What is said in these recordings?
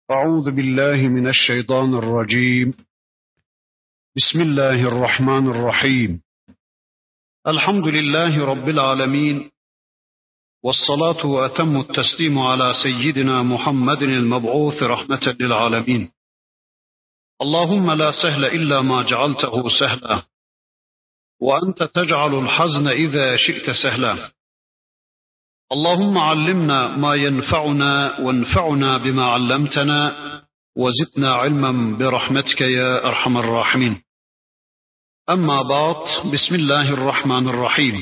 أعوذ بالله من الشيطان الرجيم. بسم الله الرحمن الرحيم. الحمد لله رب العالمين، والصلاة وأتم التسليم على سيدنا محمد المبعوث رحمة للعالمين. اللهم لا سهل إلا ما جعلته سهلا، وأنت تجعل الحزن إذا شئت سهلا. اللهم علمنا ما ينفعنا وانفعنا بما علمتنا، وزدنا علما برحمتك يا أرحم الراحمين. أما بعد، بسم الله الرحمن الرحيم.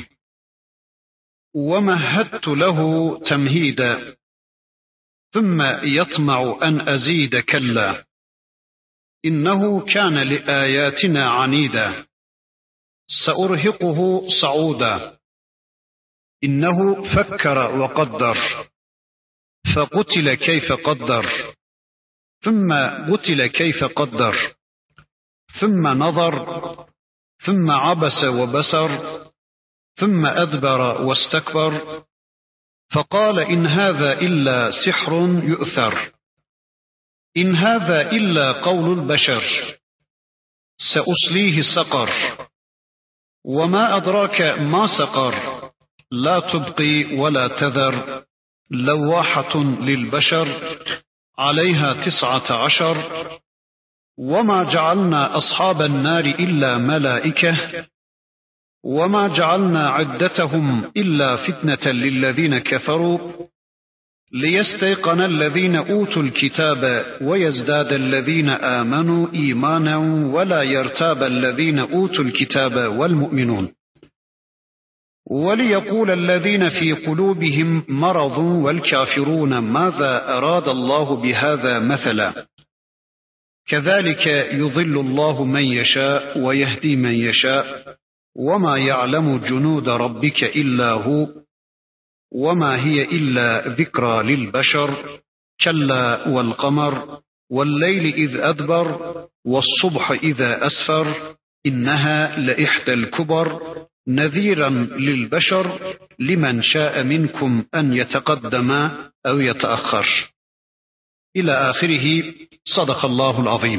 ومهدت له تمهيدا ثم يطمع أن أزيد كلا إنه كان لآياتنا عنيدا سأرهقه صعودا إنه فكر وقدر فقتل كيف قدر ثم قتل كيف قدر ثم نظر ثم عبس وبسر ثم أدبر واستكبر فقال إن هذا إلا سحر يؤثر إن هذا إلا قول البشر سأصليه سقر وما أدراك ما سقر لا تبقي ولا تذر لواحة للبشر عليها 19 وما جعلنا أصحاب النار إلا ملائكة وما جعلنا عدتهم إلا فتنة للذين كفروا ليستيقن الذين أوتوا الكتاب ويزداد الذين آمنوا إيمانا ولا يرتاب الذين أوتوا الكتاب والمؤمنون وليقول الذين في قلوبهم مرض والكافرون ماذا أراد الله بهذا مثلا كذلك يضل الله من يشاء ويهدي من يشاء وما يعلم جنود ربك إلا هو وما هي إلا ذكرى للبشر كلا والقمر والليل إذ أدبر والصبح إذا أسفر إنها لإحدى الكبر نذيرا للبشر لمن شاء منكم أن يتقدم أو يتأخر إلى آخره. Sadakallahul azim.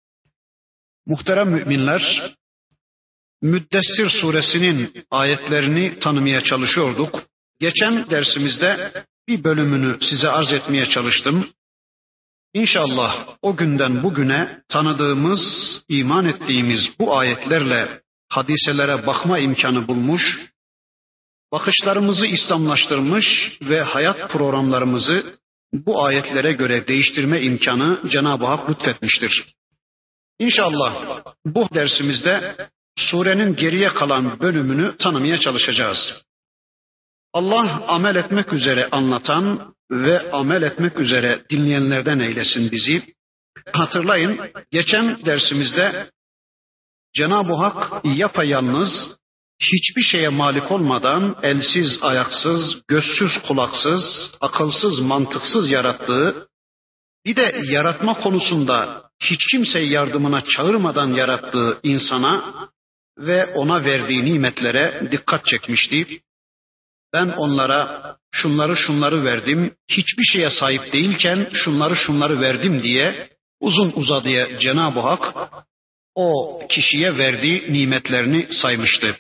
Muhterem müminler, Müddessir suresinin ayetlerini tanımaya çalışıyorduk. Geçen dersimizde bir bölümünü size arz etmeye çalıştım. İnşallah o günden bugüne tanıdığımız, iman ettiğimiz bu ayetlerle hadiselere bakma imkanı bulmuş, bakışlarımızı İslamlaştırmış ve hayat programlarımızı bu ayetlere göre değiştirme imkanı Cenab-ı Hak lütfetmiştir. İnşallah bu dersimizde surenin geriye kalan bölümünü tanımaya çalışacağız. Allah amel etmek üzere anlatan ve amel etmek üzere dinleyenlerden eylesin bizi. Hatırlayın, geçen dersimizde Cenab-ı Hak yapayalnız, hiçbir şeye malik olmadan elsiz, ayaksız, gözsüz, kulaksız, akılsız, mantıksız yarattığı, bir de yaratma konusunda hiç kimseyi yardımına çağırmadan yarattığı insana ve ona verdiği nimetlere dikkat çekmişti. Ben onlara şunları verdim, hiçbir şeye sahip değilken şunları verdim diye uzun uzadıya Cenab-ı Hak o kişiye verdiği nimetlerini saymıştı.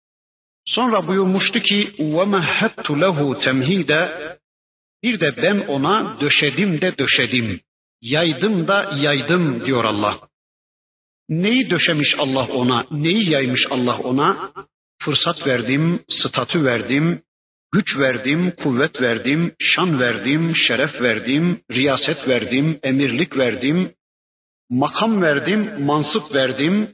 Sonra buyurmuştu ki وَمَهَّدْتُ لَهُ تَمْهِيدًا bir de ben ona döşedim de döşedim, yaydım da yaydım diyor Allah. Neyi döşemiş Allah ona, neyi yaymış Allah ona? Fırsat verdim, statü verdim, güç verdim, kuvvet verdim, şan verdim, şeref verdim, riyaset verdim, emirlik verdim, makam verdim, mansıp verdim.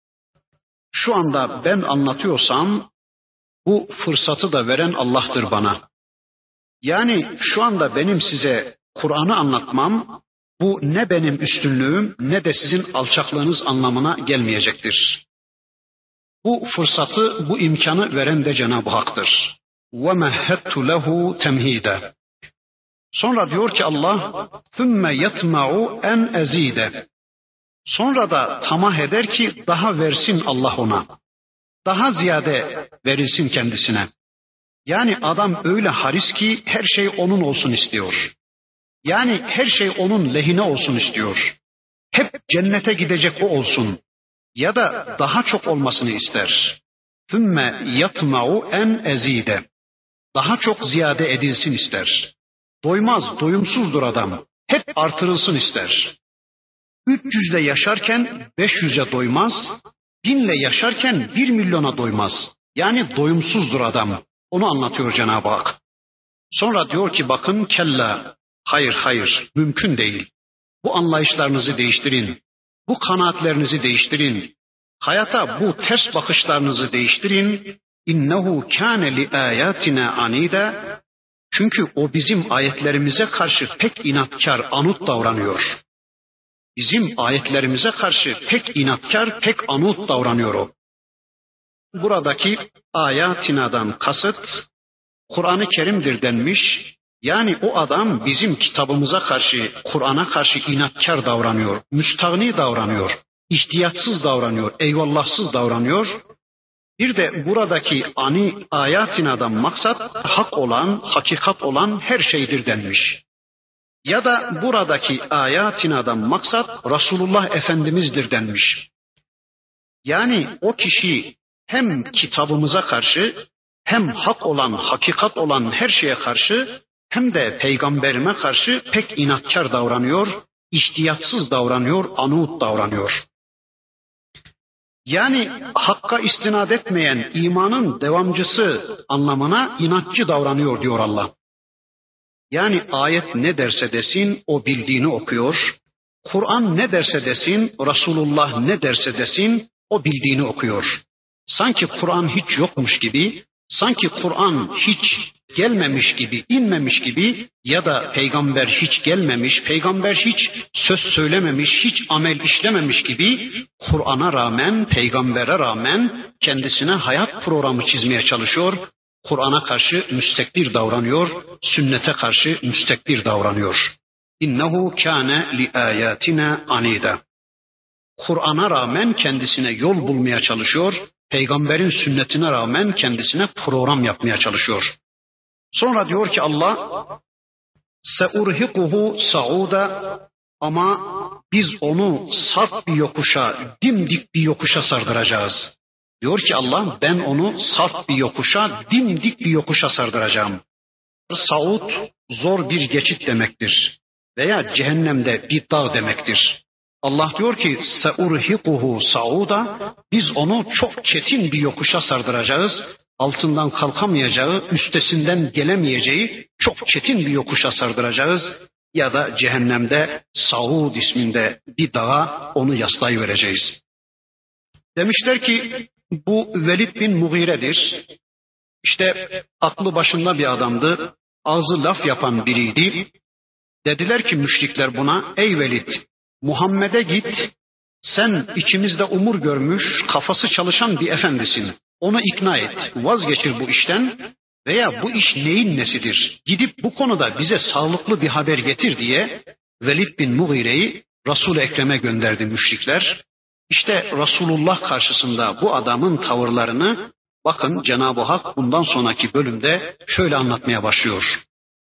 Şu anda ben anlatıyorsam bu fırsatı da veren Allah'tır bana. Yani şu anda benim size Kur'an'ı anlatmam, bu ne benim üstünlüğüm ne de sizin alçaklığınız anlamına gelmeyecektir. Bu fırsatı, bu imkanı veren de Cenab-ı Hak'tır. وَمَهَّدْتُ لَهُ تَمْهِيدًا. Sonra diyor ki Allah, ثُمَّ يَطْمَعُ أَنْ أَزِيدَ. Sonra da tamah eder ki daha versin Allah ona. Daha ziyade verilsin kendisine. Yani adam öyle haris ki her şey onun olsun istiyor. Yani her şey onun lehine olsun istiyor. Hep cennete gidecek o olsun. Ya da daha çok olmasını ister. Thümme yatma'u en ezide. Daha çok ziyade edilsin ister. Doymaz, doyumsuzdur adam. Hep artırılsın ister. 300'le yaşarken 500'e doymaz, 1000'le yaşarken 1 milyona doymaz. Yani doyumsuzdur adam. Onu anlatıyor Cenab-ı Hak. Sonra diyor ki bakın kella, hayır, mümkün değil. Bu anlayışlarınızı değiştirin. Bu kanaatlerinizi değiştirin. Hayata bu ters bakışlarınızı değiştirin. İnnehu kâne li âyâtina anîde. Çünkü o bizim ayetlerimize karşı pek inatkar, anut davranıyor. Bizim ayetlerimize karşı pek inatkar, pek anut davranıyor o. Buradaki ayatina'dan kasıt Kur'an-ı Kerim'dir denmiş. Yani o adam bizim kitabımıza karşı, Kur'an'a karşı inatkar davranıyor, müstahni davranıyor, ihtiyatsız davranıyor, eyvallahsız davranıyor. Bir de buradaki ayatina'dan maksat hak olan, hakikat olan her şeydir denmiş. Ya da buradaki ayatina'dan maksat Resulullah Efendimiz'dir denmiş. Yani o kişi hem kitabımıza karşı, hem hak olan, hakikat olan her şeye karşı, hem de peygamberime karşı pek inatkar davranıyor, ihtiyatsız davranıyor, anut davranıyor. Yani hakka istinad etmeyen imanın devamcısı anlamına inatçı davranıyor diyor Allah. Yani ayet ne derse desin o bildiğini okuyor. Kur'an ne derse desin, Resulullah ne derse desin o bildiğini okuyor. Sanki Kur'an hiç yokmuş gibi, sanki Kur'an hiç gelmemiş gibi, inmemiş gibi ya da peygamber hiç gelmemiş, peygamber hiç söz söylememiş, hiç amel işlememiş gibi Kur'an'a rağmen, peygambere rağmen kendisine hayat programı çizmeye çalışıyor. Kur'an'a karşı müstekbir davranıyor, sünnete karşı müstekbir davranıyor. İnnehu kâne li âyâtina anîdâ. Kur'an'a rağmen kendisine yol bulmaya çalışıyor, peygamberin sünnetine rağmen kendisine program yapmaya çalışıyor. Sonra diyor ki Allah, seurhikuhu sauda, ama biz onu sarp bir yokuşa, dimdik bir yokuşa sardıracağız. Diyor ki Allah, ben onu sarp bir yokuşa, dimdik bir yokuşa sardıracağım. Saud zor bir geçit demektir veya cehennemde bir dağ demektir. Allah diyor ki seurhikuhu sauda, biz onu çok çetin bir yokuşa sardıracağız. Altından kalkamayacağı, üstesinden gelemeyeceği çok çetin bir yokuşa sardıracağız. Ya da cehennemde Saud isminde bir dağa onu yaslayıvereceğiz. Demişler ki bu Velid bin Mughire'dir. İşte aklı başında bir adamdı, ağzı laf yapan biriydi. Dediler ki müşrikler buna, ey Velid, Muhammed'e git, sen içimizde umur görmüş, kafası çalışan bir efendisin. Onu ikna et, vazgeçir bu işten veya bu iş neyin nesidir? Gidip bu konuda bize sağlıklı bir haber getir diye Velid bin Mughire'yi Resul-i Ekrem'e gönderdi müşrikler. İşte Resulullah karşısında bu adamın tavırlarını bakın Cenab-ı Hak bundan sonraki bölümde şöyle anlatmaya başlıyor.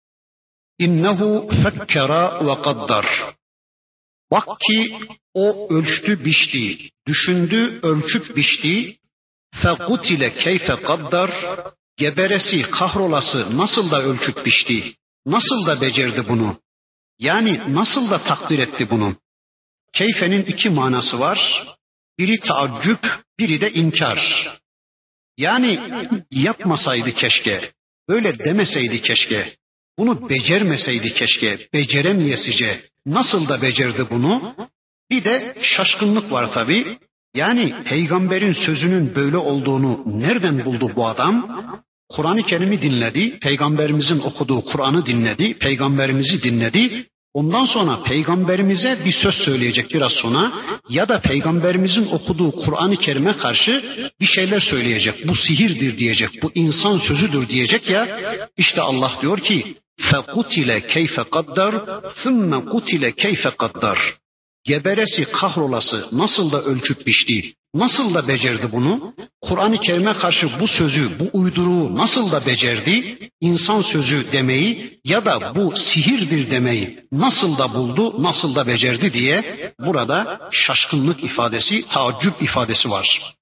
İnnehu fekkera ve kaddar. Bak ki o ölçtü biçti, düşündü ölçüp biçti. Fekutile keyfe kaddar. Geberesi kahrolası nasıl da ölçüp biçti, nasıl da becerdi bunu. Yani nasıl da takdir etti bunu. Keyfenin iki manası var. Biri taaccüp, biri de inkar. Yani yapmasaydı keşke, böyle demeseydi keşke, bunu becermeseydi keşke, beceremeyesice nasıl da becerdi bunu. Bir de şaşkınlık var tabii. Yani peygamberin sözünün böyle olduğunu nereden buldu bu adam? Kur'an-ı Kerim'i dinledi, peygamberimizin okuduğu Kur'an'ı dinledi, peygamberimizi dinledi. Ondan sonra peygamberimize bir söz söyleyecek biraz sonra ya da peygamberimizin okuduğu Kur'an-ı Kerim'e karşı bir şeyler söyleyecek. Bu sihirdir diyecek, bu insan sözüdür diyecek ya. İşte Allah diyor ki فَقُتِلَ كَيْفَ قَدَّرْ ثُمَّ قُتِلَ كَيْفَ قَدَّرْ. Geberesi kahrolası nasıl da ölçüp biçti, nasıl da becerdi bunu? Kur'an-ı Kerim'e karşı bu sözü, bu uyduruğu nasıl da becerdi? İnsan sözü demeyi ya da bu sihirdir demeyi nasıl da buldu, nasıl da becerdi diye burada şaşkınlık ifadesi, taaccüp ifadesi var.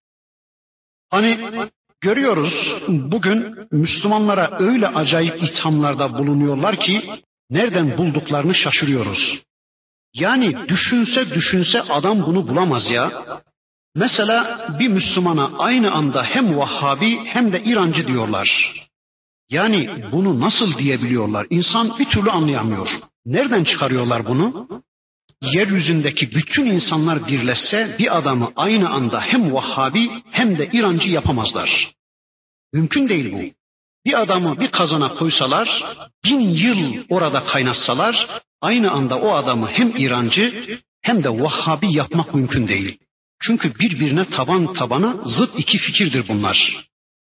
Hani görüyoruz bugün Müslümanlara öyle acayip ithamlarda bulunuyorlar ki nereden bulduklarını şaşırıyoruz. Yani düşünse adam bunu bulamaz ya. Mesela bir Müslümana aynı anda hem Vahhabi hem de İrancı diyorlar. Yani bunu nasıl diyebiliyorlar? İnsan bir türlü anlayamıyor. Nereden çıkarıyorlar bunu? Yeryüzündeki bütün insanlar birleşse bir adamı aynı anda hem Vahhabi hem de İrancı yapamazlar. Mümkün değil bu. Bir adamı bir kazana koysalar, 1000 yıl orada kaynatsalar, aynı anda o adamı hem İrancı hem de Vahhabi yapmak mümkün değil. Çünkü birbirine taban tabana zıt iki fikirdir bunlar.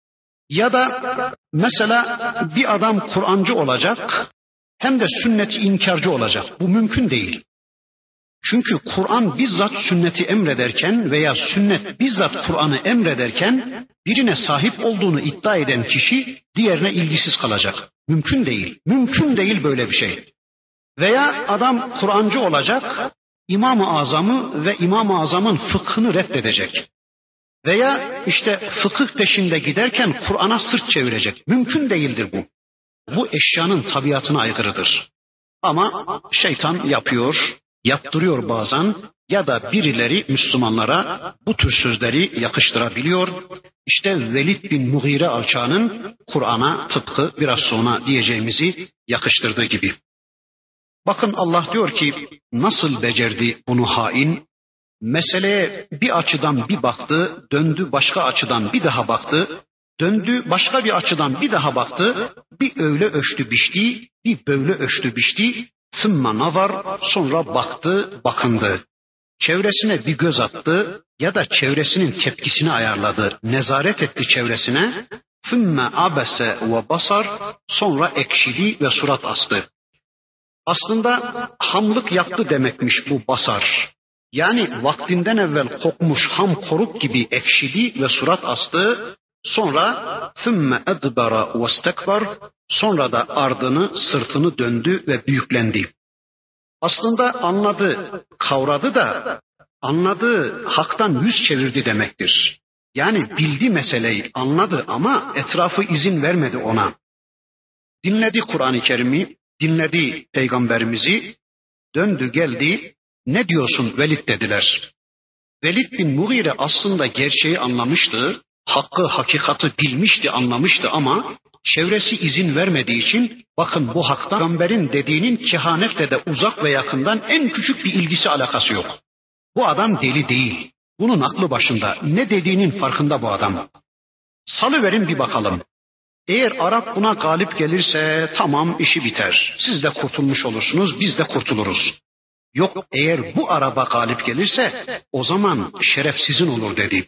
Ya da mesela bir adam Kur'ancı olacak hem de sünneti inkarcı olacak. Bu mümkün değil. Çünkü Kur'an bizzat sünneti emrederken veya sünnet bizzat Kur'an'ı emrederken birine sahip olduğunu iddia eden kişi diğerine ilgisiz kalacak. Mümkün değil. Mümkün değil böyle bir şey. Veya adam Kur'ancı olacak, İmam-ı Azam'ı ve İmam-ı Azam'ın fıkhını reddedecek. Veya işte fıkıh peşinde giderken Kur'an'a sırt çevirecek. Mümkün değildir bu. Bu eşyanın tabiatına aykırıdır. Ama şeytan yapıyor, yaptırıyor bazen ya da birileri Müslümanlara bu tür sözleri yakıştırabiliyor. İşte Velid bin Mughire alçağının Kur'an'a tıpkı biraz sonra diyeceğimizi yakıştırdığı gibi. Bakın Allah diyor ki nasıl becerdi bunu hain? Meseleye bir açıdan bir baktı, döndü başka açıdan bir daha baktı, döndü başka bir açıdan bir daha baktı, bir öyle ölçtü biçti, bir böyle ölçtü biçti, ثُمَّ nazar, sonra baktı, bakındı. Çevresine bir göz attı ya da çevresinin tepkisini ayarladı, nezaret etti çevresine, ثُمَّ عَبَسَ وَبَصَرْ, sonra ekşidi ve surat astı. Aslında hamlık yaptı demekmiş bu basar. Yani vaktinden evvel kokmuş ham koruk gibi ekşidi ve surat astı. Sonra ثُمَّ اَدْبَرَ وَاسْتَكْبَرْ, sonra da ardını sırtını döndü ve büyüklendi. Aslında anladı, kavradı da anladığı haktan yüz çevirdi demektir. Yani bildi meseleyi, anladı ama etrafı izin vermedi ona. Dinledi Kur'an-ı Kerim'i, dinledi Peygamberimizi, döndü geldi, ne diyorsun Velid dediler. Velid bin Mughire aslında gerçeği anlamıştı, hakkı, hakikati bilmişti, anlamıştı ama çevresi izin vermediği için bakın bu hakta Peygamberin dediğinin kehanetle de uzak ve yakından en küçük bir ilgisi alakası yok. Bu adam deli değil. Bunun aklı başında. Ne dediğinin farkında bu adam. Salıverin bir bakalım. Eğer Arap buna galip gelirse tamam işi biter. Siz de kurtulmuş olursunuz, biz de kurtuluruz. Yok eğer bu Arap'a galip gelirse o zaman şeref sizin olur dedi.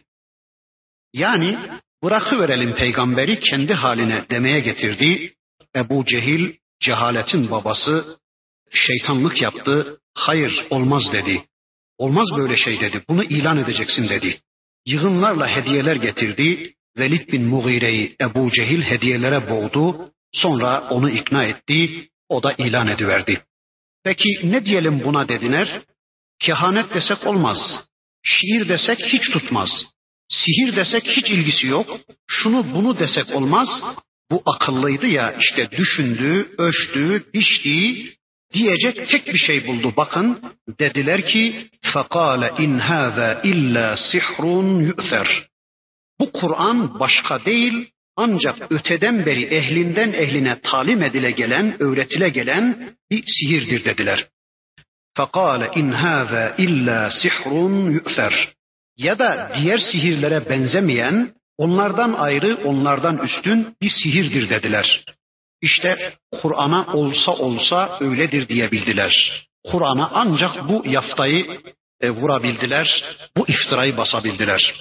Yani bırakıverelim peygamberi kendi haline demeye getirdi. Ebu Cehil cehaletin babası şeytanlık yaptı. Hayır olmaz dedi. Olmaz böyle şey dedi. Bunu ilan edeceksin dedi. Yığınlarla hediyeler getirdi. Velid bin Mughire'yi Ebu Cehil hediyelere boğdu. Sonra onu ikna etti. O da ilan ediverdi. Peki ne diyelim buna dediler? Kehanet desek olmaz. Şiir desek hiç tutmaz. Sihir desek hiç ilgisi yok. Şunu bunu desek olmaz. Bu akıllıydı ya işte düşündü, ölçtü, biçti, diyecek tek bir şey buldu. Bakın dediler ki فَقَالَ اِنْ هَذَا اِلَّا سِحْرٌ يُؤْثَرٌ. Bu Kur'an başka değil ancak öteden beri ehlinden ehline talim edile gelen, öğretile gelen bir sihirdir dediler. فَقَالَ اِنْ هَذَا اِلَّا سِحْرٌ يُؤْثَرٌ. Ya da diğer sihirlere benzemeyen, onlardan ayrı, onlardan üstün bir sihirdir dediler. İşte Kur'an'a olsa öyledir diyebildiler. Kur'an'a ancak bu yaftayı vurabildiler, bu iftirayı basabildiler.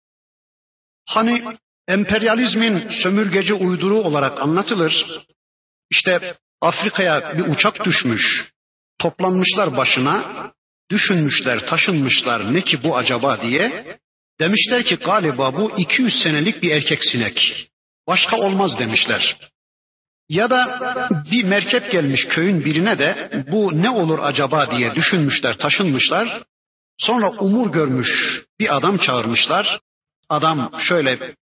Hani emperyalizmin sömürgeci uyduru olarak anlatılır. İşte Afrika'ya bir uçak düşmüş, toplanmışlar başına, düşünmüşler, taşınmışlar ne ki bu acaba diye. Demişler ki galiba bu 200 senelik bir erkek sinek. Başka olmaz demişler. Ya da bir merkep gelmiş köyün birine de bu ne olur acaba diye düşünmüşler, taşınmışlar. Sonra umur görmüş bir adam çağırmışlar. Adam şöyle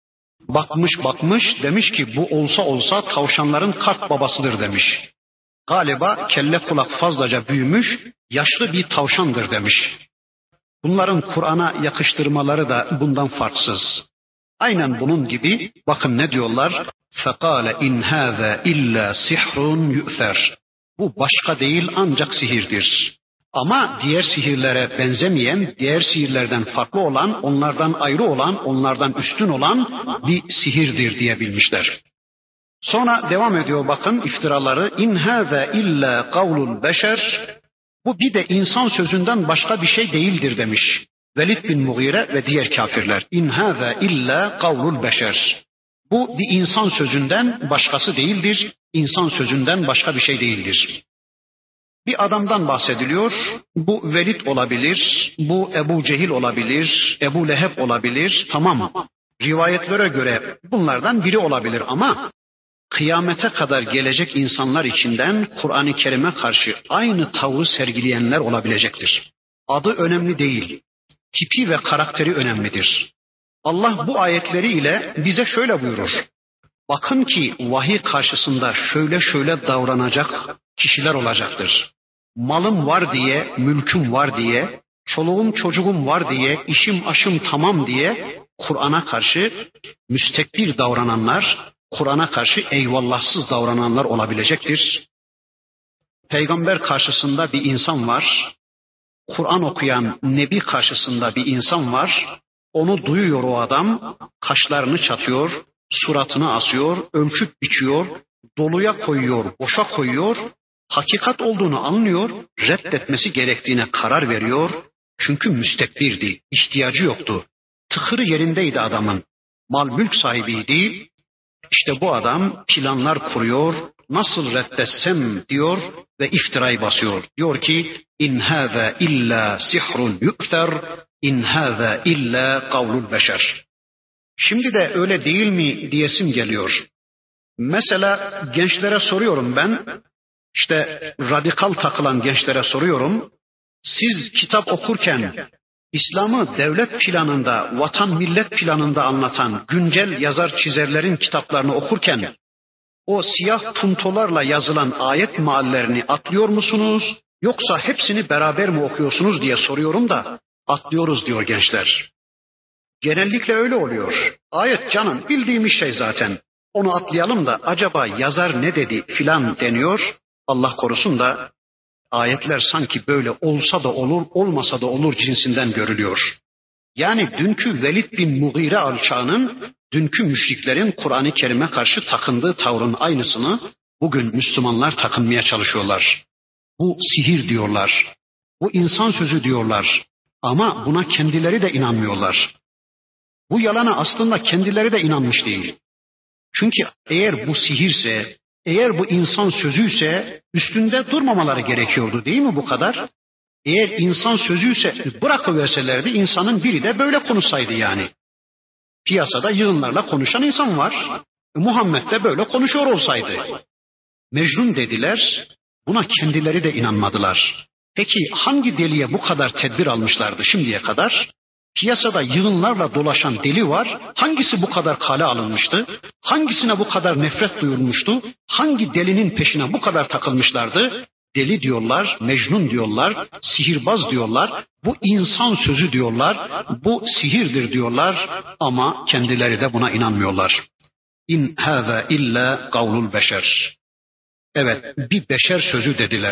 bakmış demiş ki bu olsa olsa tavşanların kart babasıdır demiş. Galiba kelle kulak fazlaca büyümüş, yaşlı bir tavşandır demiş. Bunların Kur'an'a yakıştırmaları da bundan farksız. Aynen bunun gibi bakın ne diyorlar? فَقَالَ اِنْ هَذَا اِلَّا سِحْرٌ يُؤْثَرٌ. Bu başka değil ancak sihirdir. Ama diğer sihirlere benzemeyen, diğer sihirlerden farklı olan, onlardan ayrı olan, onlardan üstün olan bir sihirdir diyebilmişler. Sonra devam ediyor bakın iftiraları. İn hâzâ illâ kavlul beşer. Bu bir de insan sözünden başka bir şey değildir demiş. Velid bin Mughire ve diğer kafirler. İn hâzâ illâ kavlul beşer. Bu bir insan sözünden başkası değildir. İnsan sözünden başka bir şey değildir. Bir adamdan bahsediliyor. Bu Velid olabilir, bu Ebu Cehil olabilir, Ebu Leheb olabilir. Tamam. Rivayetlere göre bunlardan biri olabilir ama kıyamete kadar gelecek insanlar içinden Kur'an-ı Kerim'e karşı aynı tavrı sergileyenler olabilecektir. Adı önemli değil, tipi ve karakteri önemlidir. Allah bu ayetleri ile bize şöyle buyurur. Bakın ki vahiy karşısında şöyle davranacak kişiler olacaktır. Malım var diye, mülküm var diye, çoluğum çocuğum var diye, işim aşım tamam diye Kur'an'a karşı müstekbir davrananlar, Kur'an'a karşı eyvallahsız davrananlar olabilecektir. Peygamber karşısında bir insan var. Kur'an okuyan Nebi karşısında bir insan var. Onu duyuyor o adam, kaşlarını çatıyor, suratını asıyor, ölçüp biçiyor, doluya koyuyor, boşa koyuyor. Hakikat olduğunu anlıyor, reddetmesi gerektiğine karar veriyor. Çünkü müstekbirdi, ihtiyacı yoktu. Tıkırı yerindeydi adamın. Mal mülk sahibiydi. İşte bu adam planlar kuruyor, nasıl reddetsem diyor ve iftirayı basıyor. Diyor ki, in hâzâ illâ sihrun yu'ter, in hâzâ illâ kavlul beşer. Şimdi de öyle değil mi diyesim geliyor. Mesela gençlere soruyorum ben, işte radikal takılan gençlere soruyorum. Siz kitap okurken İslam'ı devlet planında, vatan millet planında anlatan güncel yazar çizerlerin kitaplarını okurken o siyah puntolarla yazılan ayet meallerini atlıyor musunuz? Yoksa hepsini beraber mi okuyorsunuz diye soruyorum da atlıyoruz diyor gençler. Genellikle öyle oluyor. Ayet canım bildiğimiz şey zaten. Onu atlayalım da acaba yazar ne dedi filan deniyor. Allah korusun da ayetler sanki böyle olsa da olur, olmasa da olur cinsinden görülüyor. Yani dünkü Velid bin Mughire alçağının, dünkü müşriklerin Kur'an-ı Kerim'e karşı takındığı tavrın aynısını bugün Müslümanlar takınmaya çalışıyorlar. Bu sihir diyorlar, bu insan sözü diyorlar ama buna kendileri de inanmıyorlar. Bu yalana aslında kendileri de inanmış değil. Çünkü eğer bu sihirse, eğer bu insan sözüyse üstünde durmamaları gerekiyordu değil mi bu kadar? Eğer insan sözüyse bırakıverselerdi insanın biri de böyle konuşsaydı yani. Piyasada yığınlarla konuşan insan var. Muhammed de böyle konuşuyor olsaydı. Mecnun dediler, buna kendileri de inanmadılar. Peki hangi deliye bu kadar tedbir almışlardı şimdiye kadar? Piyasada yığınlarla dolaşan deli var. Hangisi bu kadar kale alınmıştı? Hangisine bu kadar nefret duyulmuştu? Hangi delinin peşine bu kadar takılmışlardı? Deli diyorlar, mecnun diyorlar, sihirbaz diyorlar, bu insan sözü diyorlar, bu sihirdir diyorlar ama kendileri de buna inanmıyorlar. İn hâzâ illâ kavlul beşer. Evet, bir beşer sözü dediler.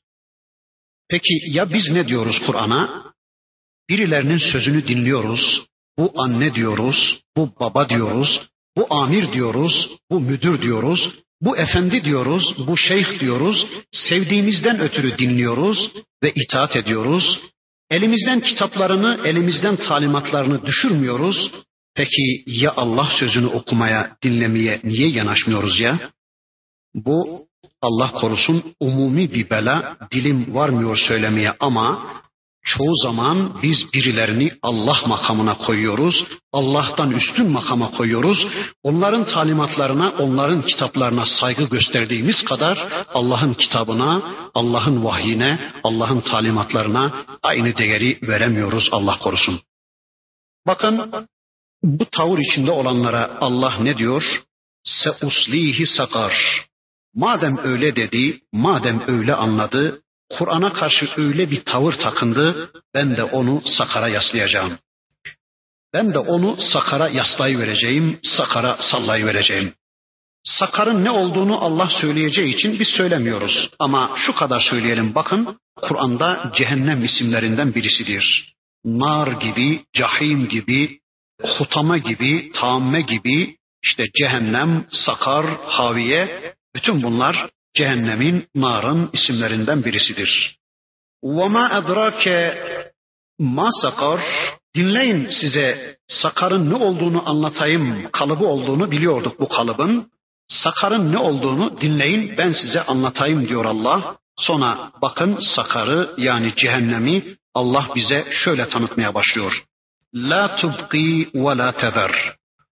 Peki ya biz ne diyoruz Kur'an'a? Birilerinin sözünü dinliyoruz, bu anne diyoruz, bu baba diyoruz, bu amir diyoruz, bu müdür diyoruz, bu efendi diyoruz, bu şeyh diyoruz, sevdiğimizden ötürü dinliyoruz ve itaat ediyoruz. Elimizden kitaplarını, elimizden talimatlarını düşürmüyoruz. Peki ya Allah sözünü okumaya, dinlemeye niye yanaşmıyoruz ya? Bu Allah korusun umumi bir bela, dilim varmıyor söylemeye ama çoğu zaman biz birilerini Allah makamına koyuyoruz, Allah'tan üstün makama koyuyoruz. Onların talimatlarına, onların kitaplarına saygı gösterdiğimiz kadar Allah'ın kitabına, Allah'ın vahyine, Allah'ın talimatlarına aynı değeri veremiyoruz, Allah korusun. Bakın bu tavır içinde olanlara Allah ne diyor? Seuslihi sakar. Madem öyle dedi, madem öyle anladı, Kur'an'a karşı öyle bir tavır takındı, ben de onu sakara yaslayacağım. Ben de onu sakara yaslayıvereceğim, sakara sallayıvereceğim. Sakarın ne olduğunu Allah söyleyeceği için biz söylemiyoruz. Ama şu kadar söyleyelim, bakın Kur'an'da cehennem isimlerinden birisidir. Nar gibi, cahim gibi, hutama gibi, tamme gibi, işte cehennem, sakar, haviye, bütün bunlar cehennemin, narın isimlerinden birisidir. وَمَا اَدْرَاكَ مَا sakar. Dinleyin, size sakarın ne olduğunu anlatayım. Kalıbı olduğunu biliyorduk bu kalıbın. Sakarın ne olduğunu dinleyin, ben size anlatayım diyor Allah. Sonra bakın sakarı, yani cehennemi Allah bize şöyle tanıtmaya başlıyor. La tubqi ve la tezer.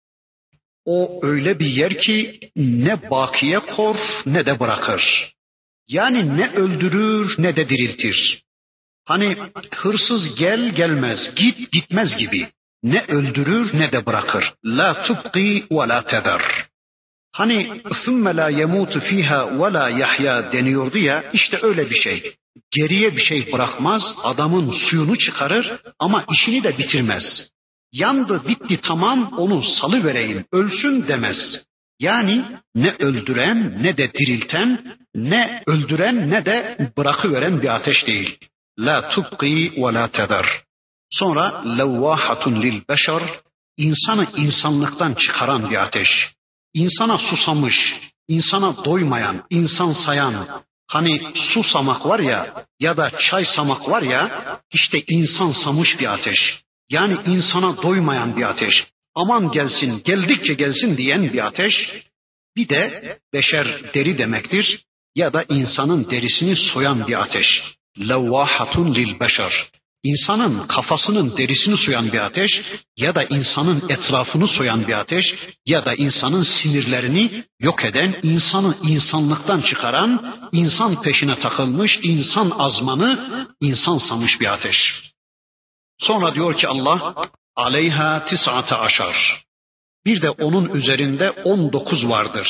O öyle bir yer ki ne bakiye kor ne de bırakır. Yani ne öldürür ne de diriltir. Hani hırsız gel gelmez, git gitmez gibi. Ne öldürür ne de bırakır. La tubqi ve la tezer. Hani ثُمَّ لَا يَمُوتُ ف۪يهَا وَلَا يَحْيَا deniyordu ya, işte öyle bir şey. Geriye bir şey bırakmaz, adamın suyunu çıkarır ama işini de bitirmez. Yandı bitti tamam, onu salıvereyim, ölsün demez. Yani ne öldüren ne de dirilten, ne öldüren ne de bırakıveren bir ateş değil. La tubqi ve la teder. Sonra levvahatun lil beşer, insanı insanlıktan çıkaran bir ateş. İnsana susamış, insana doymayan, insan sayan, hani susamak var ya da çay samak var ya, işte insan samış bir ateş. Yani insana doymayan bir ateş. Aman gelsin, geldikçe gelsin diyen bir ateş. Bir de beşer deri demektir ya da insanın derisini soyan bir ateş. Levvahatun lil beşer. İnsanın kafasının derisini soyan bir ateş ya da insanın etrafını soyan bir ateş ya da insanın sinirlerini yok eden, insanı insanlıktan çıkaran, insan peşine takılmış, insan azmanı insan sanmış bir ateş. Sonra diyor ki Allah, aleyha tis'ate aşar. Bir de onun üzerinde 19 vardır.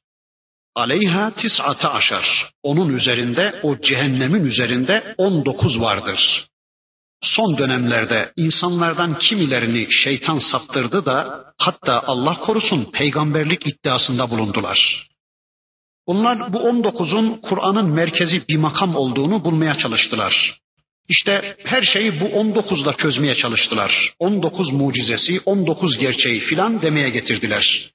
Aleyha tis'ate aşar. Onun üzerinde, o cehennemin üzerinde 19 vardır. Son dönemlerde insanlardan kimilerini şeytan saptırdı da hatta Allah korusun peygamberlik iddiasında bulundular. Bunlar bu 19'un Kur'an'ın merkezi bir makam olduğunu bulmaya çalıştılar. İşte her şeyi bu 19'la çözmeye çalıştılar. 19 mucizesi, 19 gerçeği filan demeye getirdiler.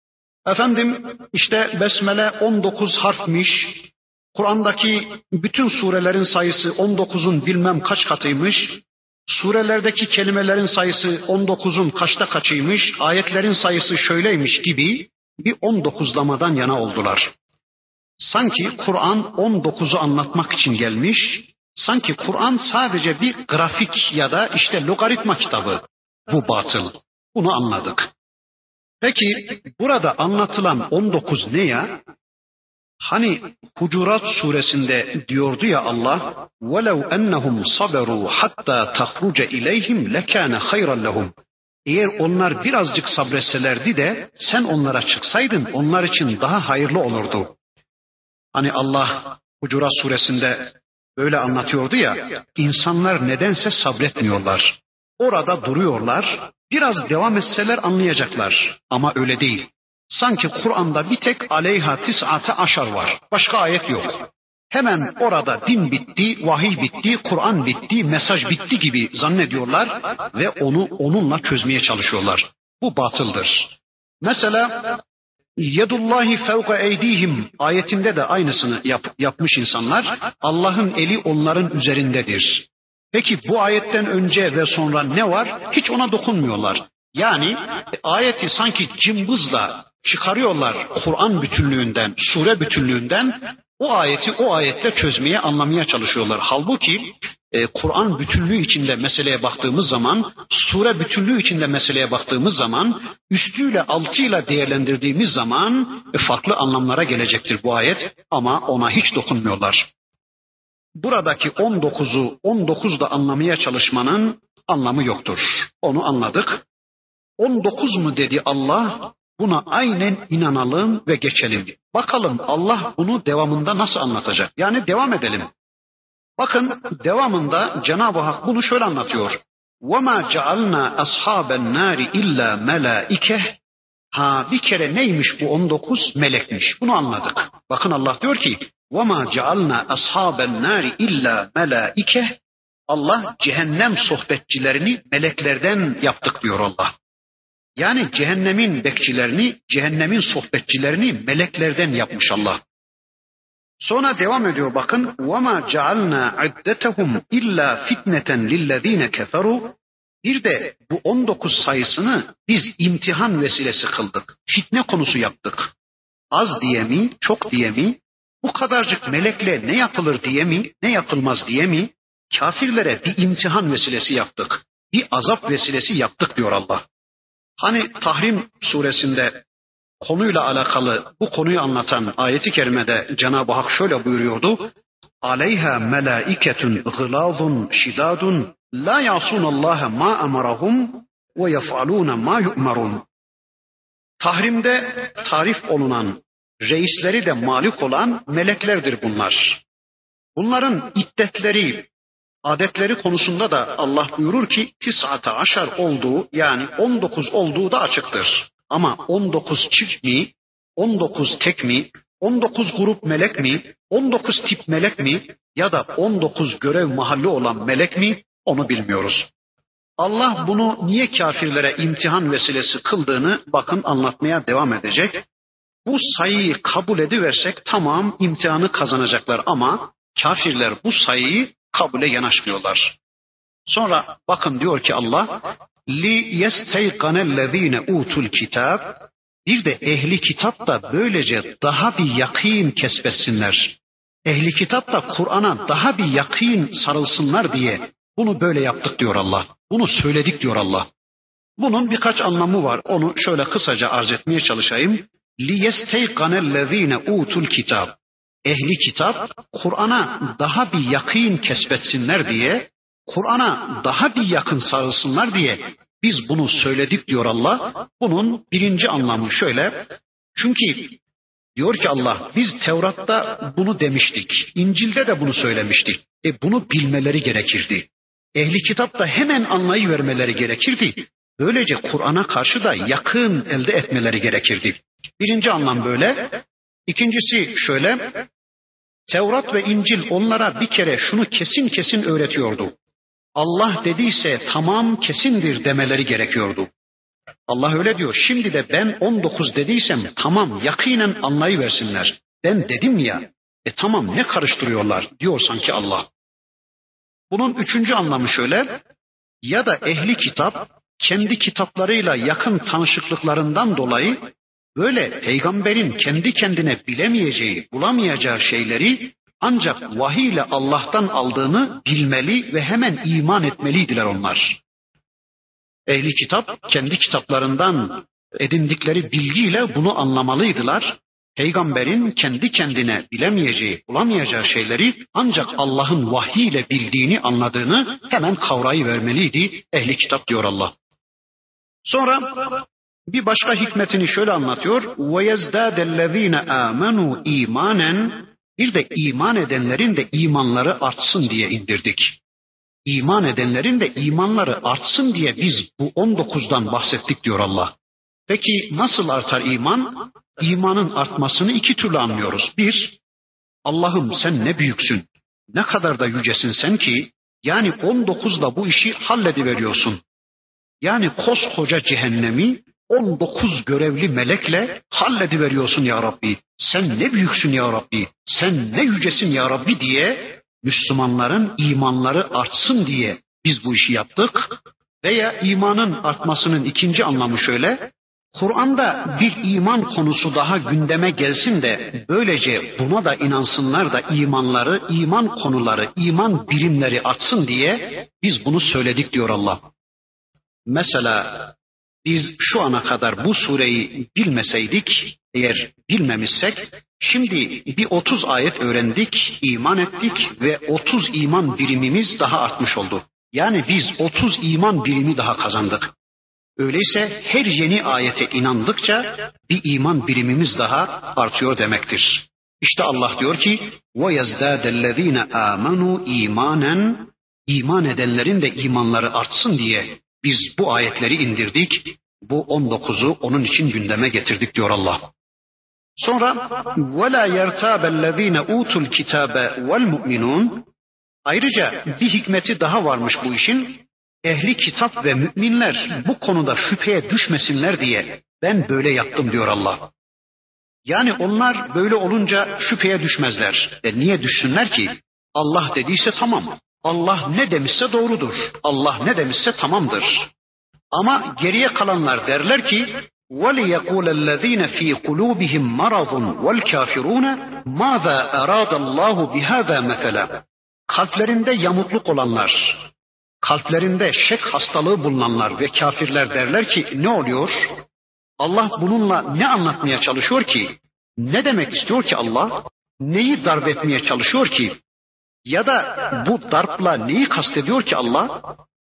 Efendim işte Besmele 19 harfmiş. Kur'an'daki bütün surelerin sayısı 19'un bilmem kaç katıymış. Surelerdeki kelimelerin sayısı 19'un kaçta kaçıymış. Ayetlerin sayısı şöyleymiş gibi bir 19'lamadan yana oldular. Sanki Kur'an 19'u anlatmak için gelmiş. Sanki Kur'an sadece bir grafik ya da işte logaritma kitabı. Bu batıl. Bunu anladık. Peki burada anlatılan 19 ne ya? Hani Hucurat suresinde diyordu ya Allah, وَلَوْ أَنَّهُمْ صَبَرُوا حَتَّى تَخْرُجَ إِلَيْهِمْ لَكَانَ خَيْرًا لَهُمْ. Eğer onlar birazcık sabretselerdi de sen onlara çıksaydın onlar için daha hayırlı olurdu. Hani Allah Hucurat suresinde böyle anlatıyordu ya, insanlar nedense sabretmiyorlar. Orada duruyorlar, biraz devam etseler anlayacaklar ama öyle değil. Sanki Kur'an'da bir tek aleyha tis'ate aşar var. Başka ayet yok. Hemen orada din bitti, vahiy bitti, Kur'an bitti, mesaj bitti gibi zannediyorlar ve onu onunla çözmeye çalışıyorlar. Bu batıldır. Mesela yedullahi fevka eydihim ayetinde de aynısını yapmış insanlar. Allah'ın eli onların üzerindedir. Peki bu ayetten önce ve sonra ne var? Hiç ona dokunmuyorlar. Yani ayeti sanki cımbızla çıkarıyorlar Kur'an bütünlüğünden, sure bütünlüğünden, o ayeti o ayette çözmeye, anlamaya çalışıyorlar. Halbuki Kur'an bütünlüğü içinde meseleye baktığımız zaman, sure bütünlüğü içinde meseleye baktığımız zaman, üstüyle altıyla değerlendirdiğimiz zaman farklı anlamlara gelecektir bu ayet ama ona hiç dokunmuyorlar. Buradaki 19'u 19'da anlamaya çalışmanın anlamı yoktur. Onu anladık. 19 mu dedi Allah? Buna aynen inanalım ve geçelim. Bakalım Allah bunu devamında nasıl anlatacak? Yani devam edelim. Bakın devamında Cenab-ı Hak bunu şöyle anlatıyor. وَمَا جَعَلْنَا أَصْحَابَ النَّارِ إِلَّا مَلَائِكَةً. Bir kere neymiş bu 19? Melekmiş. Bunu anladık. Bakın Allah diyor ki وَمَا جَعَلْنَا أَصْحَابَ النَّارِ إِلَّا مَلَائِكَةً. Allah cehennem sohbetçilerini meleklerden yaptık diyor Allah. Yani cehennemin bekçilerini, cehennemin sohbetçilerini meleklerden yapmış Allah. Sonra devam ediyor bakın. وَمَا جَعَلْنَا عِدَّتَهُمْ اِلَّا فِتْنَةً لِلَّذ۪ينَ كَفَرُوا. Bir de bu 19 sayısını biz imtihan vesilesi kıldık. Fitne konusu yaptık. Az diye mi, çok diye mi, bu kadarcık melekle ne yapılır diye mi, ne yapılmaz diye mi, kafirlere bir imtihan vesilesi yaptık. Bir azap vesilesi yaptık diyor Allah. Hani Tahrim suresinde konuyla alakalı bu konuyu anlatan ayeti kerimede Cenab-ı Hak şöyle buyuruyordu. Aleyha melaiketun gılazun şidadun la yasunallaha ma amarahum ve yef'aluna ma yu'marun. Tahrimde tarif olunan, reisleri de malik olan meleklerdir bunlar. Bunların iddetleri, adetleri konusunda da Allah buyurur ki 19 olduğu yani 19 olduğu da açıktır. Ama 19 çift mi, 19 tek mi, 19 grup melek mi, 19 tip melek mi ya da 19 görev mahalli olan melek mi onu bilmiyoruz. Allah bunu niye kafirlere imtihan vesilesi kıldığını bakın anlatmaya devam edecek. Bu sayıyı kabul ediversek tamam imtihanı kazanacaklar ama kafirler bu sayıyı kabule yanaşmıyorlar. Sonra bakın diyor ki Allah لِيَسْتَيْقَنَ الَّذ۪ينَ اُوتُوا الْكِتَابِ. Bir de ehli kitap da böylece daha bir yakîn kesbetsinler. Ehli kitap da Kur'an'a daha bir yakîn sarılsınlar diye bunu böyle yaptık diyor Allah. Bunu söyledik diyor Allah. Bunun birkaç anlamı var. Onu şöyle kısaca arz etmeye çalışayım. لِيَسْتَيْقَنَ الَّذ۪ينَ اُوتُوا الْكِتَابِ. Ehli kitap Kur'an'a daha bir yakîn kesbetsinler diye, Kur'an'a daha bir yakın sarılsınlar diye biz bunu söyledik diyor Allah. Bunun birinci anlamı şöyle. Çünkü diyor ki Allah biz Tevrat'ta bunu demiştik. İncil'de de bunu söylemiştik. Bunu bilmeleri gerekirdi. Ehli kitap da hemen anlayıvermeleri gerekirdi. Böylece Kur'an'a karşı da yakın elde etmeleri gerekirdi. Birinci anlam böyle. İkincisi şöyle. Tevrat ve İncil onlara bir kere şunu kesin kesin öğretiyordu. Allah dediyse tamam kesindir demeleri gerekiyordu. Allah öyle diyor. Şimdi de ben 19 dediysem tamam yakinen anlayıversinler. Ben dedim ya. Tamam ne karıştırıyorlar diyor sanki Allah. Bunun üçüncü anlamı şöyle. Ya da ehli kitap kendi kitaplarıyla yakın tanışıklıklarından dolayı böyle peygamberin kendi kendine bilemeyeceği, bulamayacağı şeyleri ancak vahiy ile Allah'tan aldığını bilmeli ve hemen iman etmeliydiler onlar. Ehli kitap kendi kitaplarından edindikleri bilgiyle bunu anlamalıydılar. Peygamberin kendi kendine bilemeyeceği, bulamayacağı şeyleri ancak Allah'ın vahiy ile bildiğini, anladığını hemen kavrayıvermeliydi ehli kitap diyor Allah. Sonra bir başka hikmetini şöyle anlatıyor. وَيَزْدَادَ الَّذ۪ينَ آمَنُوا اِيمَانًا. Bir de iman edenlerin de imanları artsın diye indirdik. İman edenlerin de imanları artsın diye biz bu 19'dan bahsettik diyor Allah. Peki nasıl artar iman? İmanın artmasını iki türlü anlıyoruz. Bir, Allah'ım sen ne büyüksün, ne kadar da yücesin sen ki, yani 19'la bu işi hallediveriyorsun. Yani koskoca cehennemi 19 görevli melekle hallediveriyorsun ya Rabbi. Sen ne büyüksün ya Rabbi, sen ne yücesin ya Rabbi diye Müslümanların imanları artsın diye biz bu işi yaptık. Veya imanın artmasının ikinci anlamı şöyle. Kur'an'da bir iman konusu daha gündeme gelsin de böylece buna da inansınlar da imanları, iman konuları, iman birimleri artsın diye biz bunu söyledik diyor Allah. Mesela biz şu ana kadar bu sureyi bilmeseydik, eğer bilmemişsek, şimdi bir 30 ayet öğrendik, iman ettik ve 30 iman birimimiz daha artmış oldu. Yani biz 30 iman birimi daha kazandık. Öyleyse her yeni ayete inandıkça bir iman birimimiz daha artıyor demektir. İşte Allah diyor ki وَيَزْدَادَ الَّذ۪ينَ آمَنُوا اِيمَانًا İman edenlerin de imanları artsın diye biz bu ayetleri indirdik. Bu 19'u onun için gündeme getirdik diyor Allah. Sonra وَلَا يَرْتَابَ الَّذ۪ينَ اُوتُوا الْكِتَابَ وَالْمُؤْمِنُونَ Ayrıca bir hikmeti daha varmış bu işin. Ehli kitap ve müminler bu konuda şüpheye düşmesinler diye ben böyle yaptım diyor Allah. Yani onlar böyle olunca şüpheye düşmezler. Niye düşsünler ki? Allah dediyse tamam. Allah ne demişse doğrudur. Allah ne demişse tamamdır. Ama geriye kalanlar derler ki وَلِيَقُولَ الَّذ۪ينَ ف۪ي قُلُوبِهِمْ مَرَضٌ وَالْكَافِرُونَ مَاذَا أَرَادَ اللّٰهُ بِهَذَا مَثَلًا Kalplerinde yamukluk olanlar, kalplerinde şek hastalığı bulunanlar ve kafirler derler ki ne oluyor? Allah bununla ne anlatmaya çalışıyor ki? Ne demek istiyor ki Allah? Neyi darp etmeye çalışıyor ki? Ya da bu darpla neyi kastediyor ki Allah?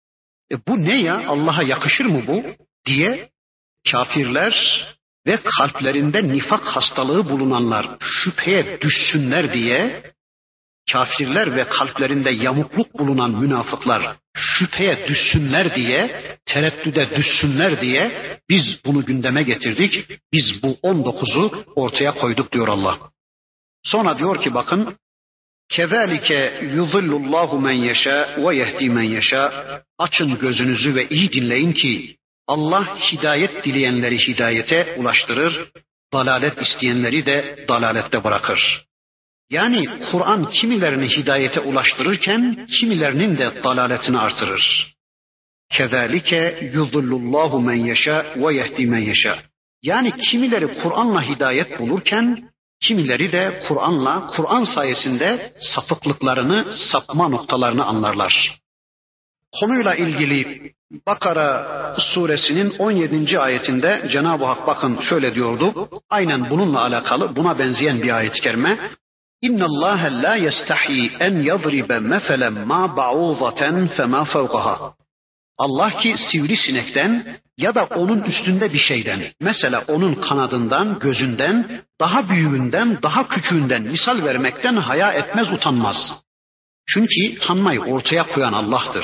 Bu ne ya? Allah'a yakışır mı bu? Diye kafirler ve kalplerinde nifak hastalığı bulunanlar şüpheye düşsünler diye, kafirler ve kalplerinde yamukluk bulunan münafıklar şüpheye düşsünler diye, tereddüde düşsünler diye biz bunu gündeme getirdik. Biz bu 19'u ortaya koyduk diyor Allah. Sonra diyor ki bakın كَذَٰلِكَ يُضِلُّ اللّٰهُ مَنْ يَشَاءُ وَيَهْدِي مَنْ يَشَاءُ Açın gözünüzü ve iyi dinleyin ki Allah hidayet dileyenleri hidayete ulaştırır, dalalet isteyenleri de dalalette bırakır. Yani Kur'an kimilerini hidayete ulaştırırken kimilerinin de dalaletini artırır. كَذَٰلِكَ يُضِلُّ اللّٰهُ مَنْ يَشَاءُ وَيَهْدِي مَنْ يَشَاءُ Yani kimileri Kur'an'la hidayet bulurken kimileri de Kur'an'la, Kur'an sayesinde sapıklıklarını, sapma noktalarını anlarlar. Konuyla ilgili Bakara suresinin 17. ayetinde Cenab-ı Hak bakın şöyle diyordu. Aynen bununla alakalı, buna benzeyen bir ayet-i kerime. İnna Allah la yestahi en yadribe meselen ma ba'uzaten fema fevkaha. Allah ki sivrisinekten ya da onun üstünde bir şeyden, mesela onun kanadından, gözünden, daha büyüğünden, daha küçüğünden misal vermekten haya etmez, utanmaz. Çünkü tanmayı ortaya koyan Allah'tır.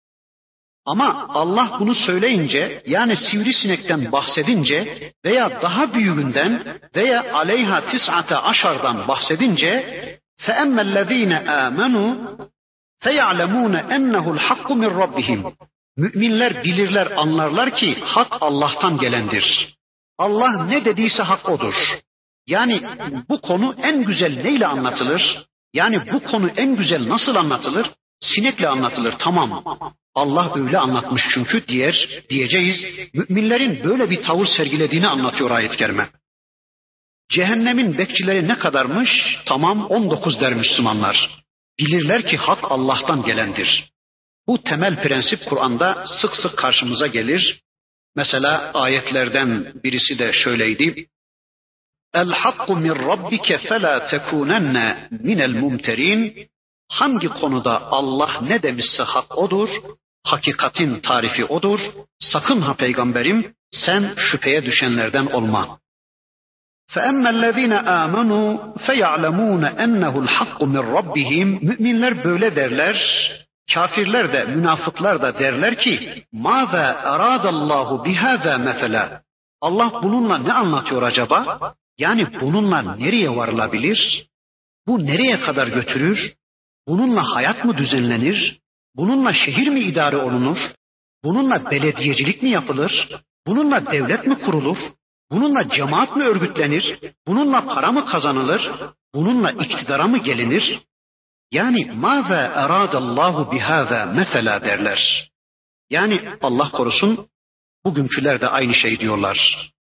Ama Allah bunu söyleyince, yani sivrisinekten bahsedince veya daha büyüğünden veya aleyha tis'ate aşardan bahsedince فَاَمَّا الَّذ۪ينَ آمَنُوا فَيَعْلَمُونَ اَنَّهُ الْحَقُّ مِنْ رَبِّهِمْ Müminler bilirler, anlarlar ki hak Allah'tan gelendir. Allah ne dediyse hak odur. Yani bu konu en güzel neyle anlatılır? Yani bu konu en güzel nasıl anlatılır? Sinekle anlatılır, tamam. Allah öyle anlatmış çünkü diyeceğiz. Müminlerin böyle bir tavır sergilediğini anlatıyor ayet-i kerime. Cehennemin bekçileri ne kadarmış? Tamam 19 der Müslümanlar. Bilirler ki hak Allah'tan gelendir. Bu temel prensip Kur'an'da sık sık karşımıza gelir. Mesela ayetlerden birisi de şöyleydi. El-hakku min rabbike felâ tekûnenne minel mumterin. Hangi konuda Allah ne demişse hak odur, hakikatin tarifi odur. Sakın ha peygamberim sen şüpheye düşenlerden olma. فَاَمَّا الَّذ۪ينَ آمَنُوا فَيَعْلَمُونَ اَنَّهُ الْحَقُّ مِنْ رَبِّهِمْ Müminler böyle derler. Kafirler de, münafıklar da derler ki مَاذَا اَرَادَ اللّٰهُ بِهَذَا مَثَلًا Allah bununla ne anlatıyor acaba? Yani bununla nereye varılabilir? Bu nereye kadar götürür? Bununla hayat mı düzenlenir? Bununla şehir mi idare olunur? Bununla belediyecilik mi yapılır? Bununla devlet mi kurulur? Bununla cemaat mi örgütlenir? Bununla para mı kazanılır? Bununla iktidara mı gelinir? Yani مَاذَا اَرَادَ اللّٰهُ بِهَذَا mesela derler. Yani Allah korusun bugünküler de aynı şey diyorlar.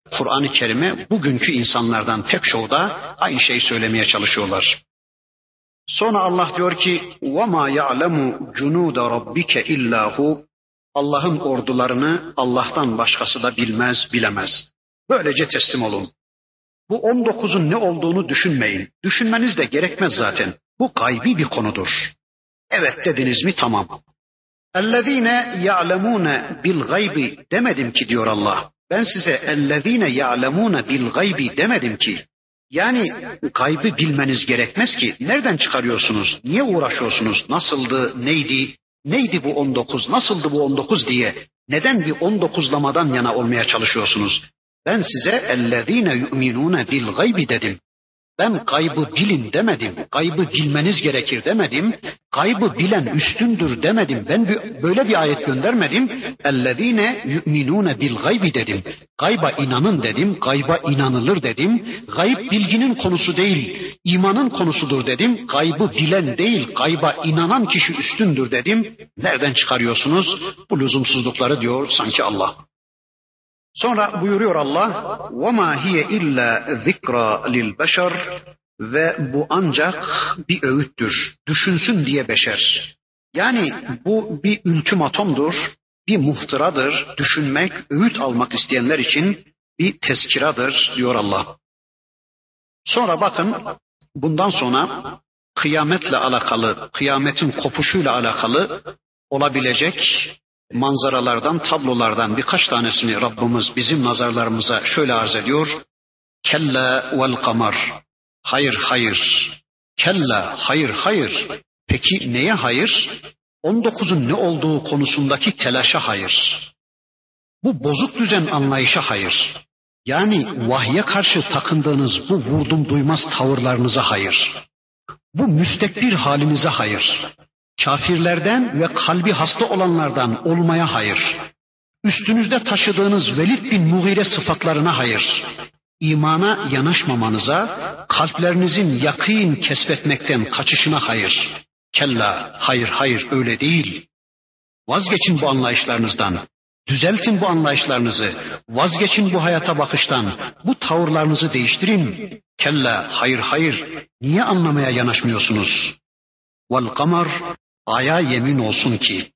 Kur'an-ı Kerim'e bugünkü insanlardan pek çoğu da aynı şeyi söylemeye çalışıyorlar. Sonra Allah diyor ki وَمَا يَعْلَمُ جُنُودَ رَبِّكَ اِلَّا هُ Allah'ın ordularını Allah'tan başkası da bilmez, bilemez. Böylece teslim olun. Bu 19'un ne olduğunu düşünmeyin. Düşünmeniz de gerekmez zaten. Bu gaybi bir konudur. Evet dediniz mi tamam. اَلَّذ۪ينَ يَعْلَمُونَ بِالْغَيْبِ demedim ki diyor Allah. Ben size اَلَّذ۪ينَ يَعْلَمُونَ بِالْغَيْبِ demedim ki. Yani gaybı bilmeniz gerekmez ki. Nereden çıkarıyorsunuz? Niye uğraşıyorsunuz? Nasıldı? Neydi? Neydi bu 19? Nasıldı bu 19 diye? Neden bir 19'lamadan yana olmaya çalışıyorsunuz? Ben size اَلَّذ۪ينَ يُؤْمِنُونَ بِالْغَيْبِ dedim. Ben gaybı bilin demedim. Gaybı bilmeniz gerekir demedim. Gaybı bilen üstündür demedim. Ben böyle bir ayet göndermedim. اَلَّذ۪ينَ يُؤْمِنُونَ بِالْغَيْبِ dedim. Gayba inanın dedim. Gayba inanılır dedim. Gayb bilginin konusu değil, imanın konusudur dedim. Gaybı bilen değil, gayba inanan kişi üstündür dedim. Nereden çıkarıyorsunuz bu lüzumsuzlukları diyor sanki Allah. Sonra buyuruyor Allah وَمَا هِيَ اِلَّا ذِكْرَى لِلْبَشَرِ ve bu ancak bir öğüttür. Düşünsün diye beşer. Yani bu bir ultimatomdur, bir muhtıradır. Düşünmek, öğüt almak isteyenler için bir tezkiradır diyor Allah. Sonra bakın bundan sonra kıyametle alakalı, kıyametin kopuşuyla alakalı olabilecek manzaralardan, tablolardan birkaç tanesini Rabbimiz bizim nazarlarımıza şöyle arz ediyor. Kella vel kamar. Hayır, hayır. Kella, hayır, hayır. Peki neye hayır? 19'un ne olduğu konusundaki telaşa hayır. Bu bozuk düzen anlayışa hayır. Yani vahye karşı takındığınız bu vurdum duymaz tavırlarınıza hayır. Bu müstekbir halinize hayır. Kafirlerden ve kalbi hasta olanlardan olmaya hayır. Üstünüzde taşıdığınız Velid bin Mughire sıfatlarına hayır. İmana yanaşmamanıza, kalplerinizin yakîn kesbetmekten kaçışına hayır. Kella, hayır, hayır öyle değil. Vazgeçin bu anlayışlarınızdan. Düzeltin bu anlayışlarınızı. Vazgeçin bu hayata bakıştan. Bu tavırlarınızı değiştirin. Kella, hayır, hayır. Niye anlamaya yanaşmıyorsunuz? Vel kamar, aya yemin olsun ki.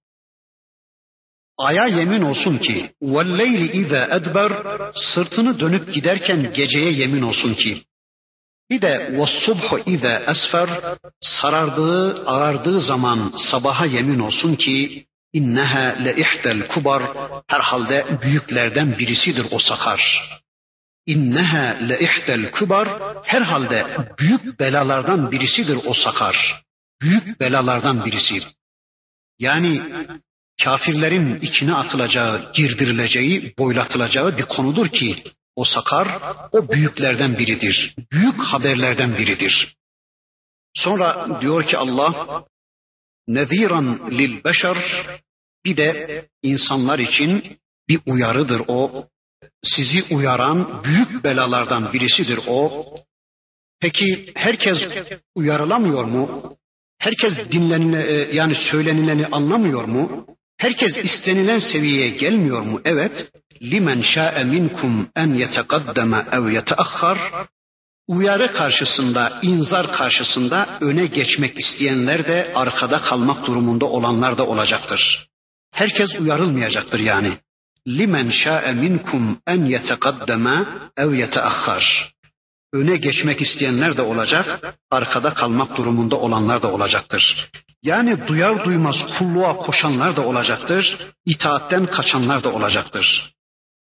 Aya yemin olsun ki. Vel leyli izâ edber, sırtını dönüp giderken geceye yemin olsun ki. Bir de ve subhu izâ esfer, sarardığı, ağardığı zaman sabaha yemin olsun ki. İnneha le ihdel kubar, herhalde büyüklerden birisidir o sakar. İnneha le ihdel kubar, herhalde büyük belalardan birisidir o sakar. Büyük belalardan birisi. Yani kafirlerin içine atılacağı, girdirileceği, boylatılacağı bir konudur ki o sakar, o büyüklerden biridir. Büyük haberlerden biridir. Sonra diyor ki Allah, neziran lil beşer, bir de insanlar için bir uyarıdır o. Sizi uyaran büyük belalardan birisidir o. Peki herkes uyarılamıyor mu? Herkes yani söylenileni anlamıyor mu? Herkes istenilen seviyeye gelmiyor mu? Evet. Limen şa'e minkum en yetekaddeme ev yeteahhar. Uyarı karşısında, inzar karşısında öne geçmek isteyenler de arkada kalmak durumunda olanlar da olacaktır. Herkes uyarılmayacaktır yani. Limen şa'e minkum en yetekaddeme ev yeteahhar. Öne geçmek isteyenler de olacak, arkada kalmak durumunda olanlar da olacaktır. Yani duyar duymaz kulluğa koşanlar da olacaktır, itaatten kaçanlar da olacaktır.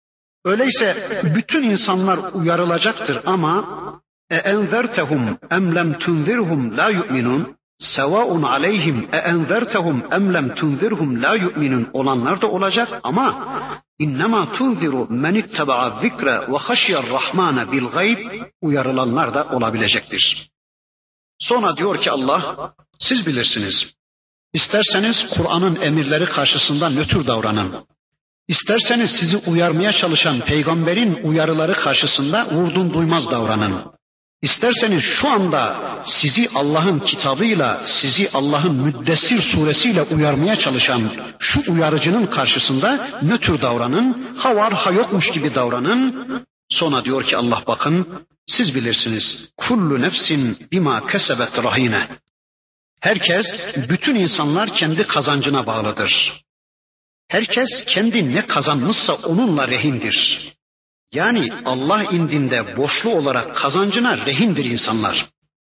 Öyleyse bütün insanlar uyarılacaktır ama اَاَنْذَرْتَهُمْ اَمْ لَمْ تُنْذِرْهُمْ لَا يُؤْمِنُونَ سَوَاءٌ عَلَيْهِمْ اَاَنْذَرْتَهُمْ اَمْ لَمْ تُنْذِرْهُمْ لَا يُؤْمِنُونَ olanlar da olacak ama اِنَّمَا تُنْذِرُ مَنِ اتَّبَعَ الذِّكْرَ وَخَشِيَ الرَّحْمَانَ بِالْغَيْبِ uyarılanlar da olabilecektir. Sonra diyor ki Allah, siz bilirsiniz. İsterseniz Kur'an'ın emirleri karşısında nötr davranın. İsterseniz sizi uyarmaya çalışan peygamberin uyarıları karşısında vurdum duymaz davranın. İsterseniz şu anda sizi Allah'ın kitabıyla, sizi Allah'ın Müddessir suresiyle uyarmaya çalışan şu uyarıcının karşısında nötr davranın, ha var ha yokmuş gibi davranın. Sonra diyor ki Allah bakın siz bilirsiniz. Kullu nefsin bima kesebet rahine. Herkes, bütün insanlar kendi kazancına bağlıdır. Herkes kendi ne kazanmışsa onunla rehindir. Yani Allah indinde borçlu olarak kazancına rehindir insanlar.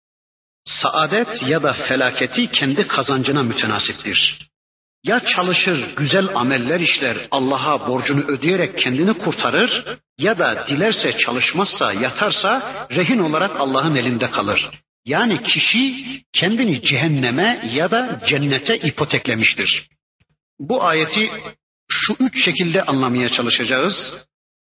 Saadet ya da felaketi kendi kazancına mütenasiptir. Ya çalışır, güzel ameller işler, Allah'a borcunu ödeyerek kendini kurtarır ya da dilerse çalışmazsa, yatarsa rehin olarak Allah'ın elinde kalır. Yani kişi kendini cehenneme ya da cennete ipoteklemiştir. Bu ayeti şu 3 şekilde anlamaya çalışacağız.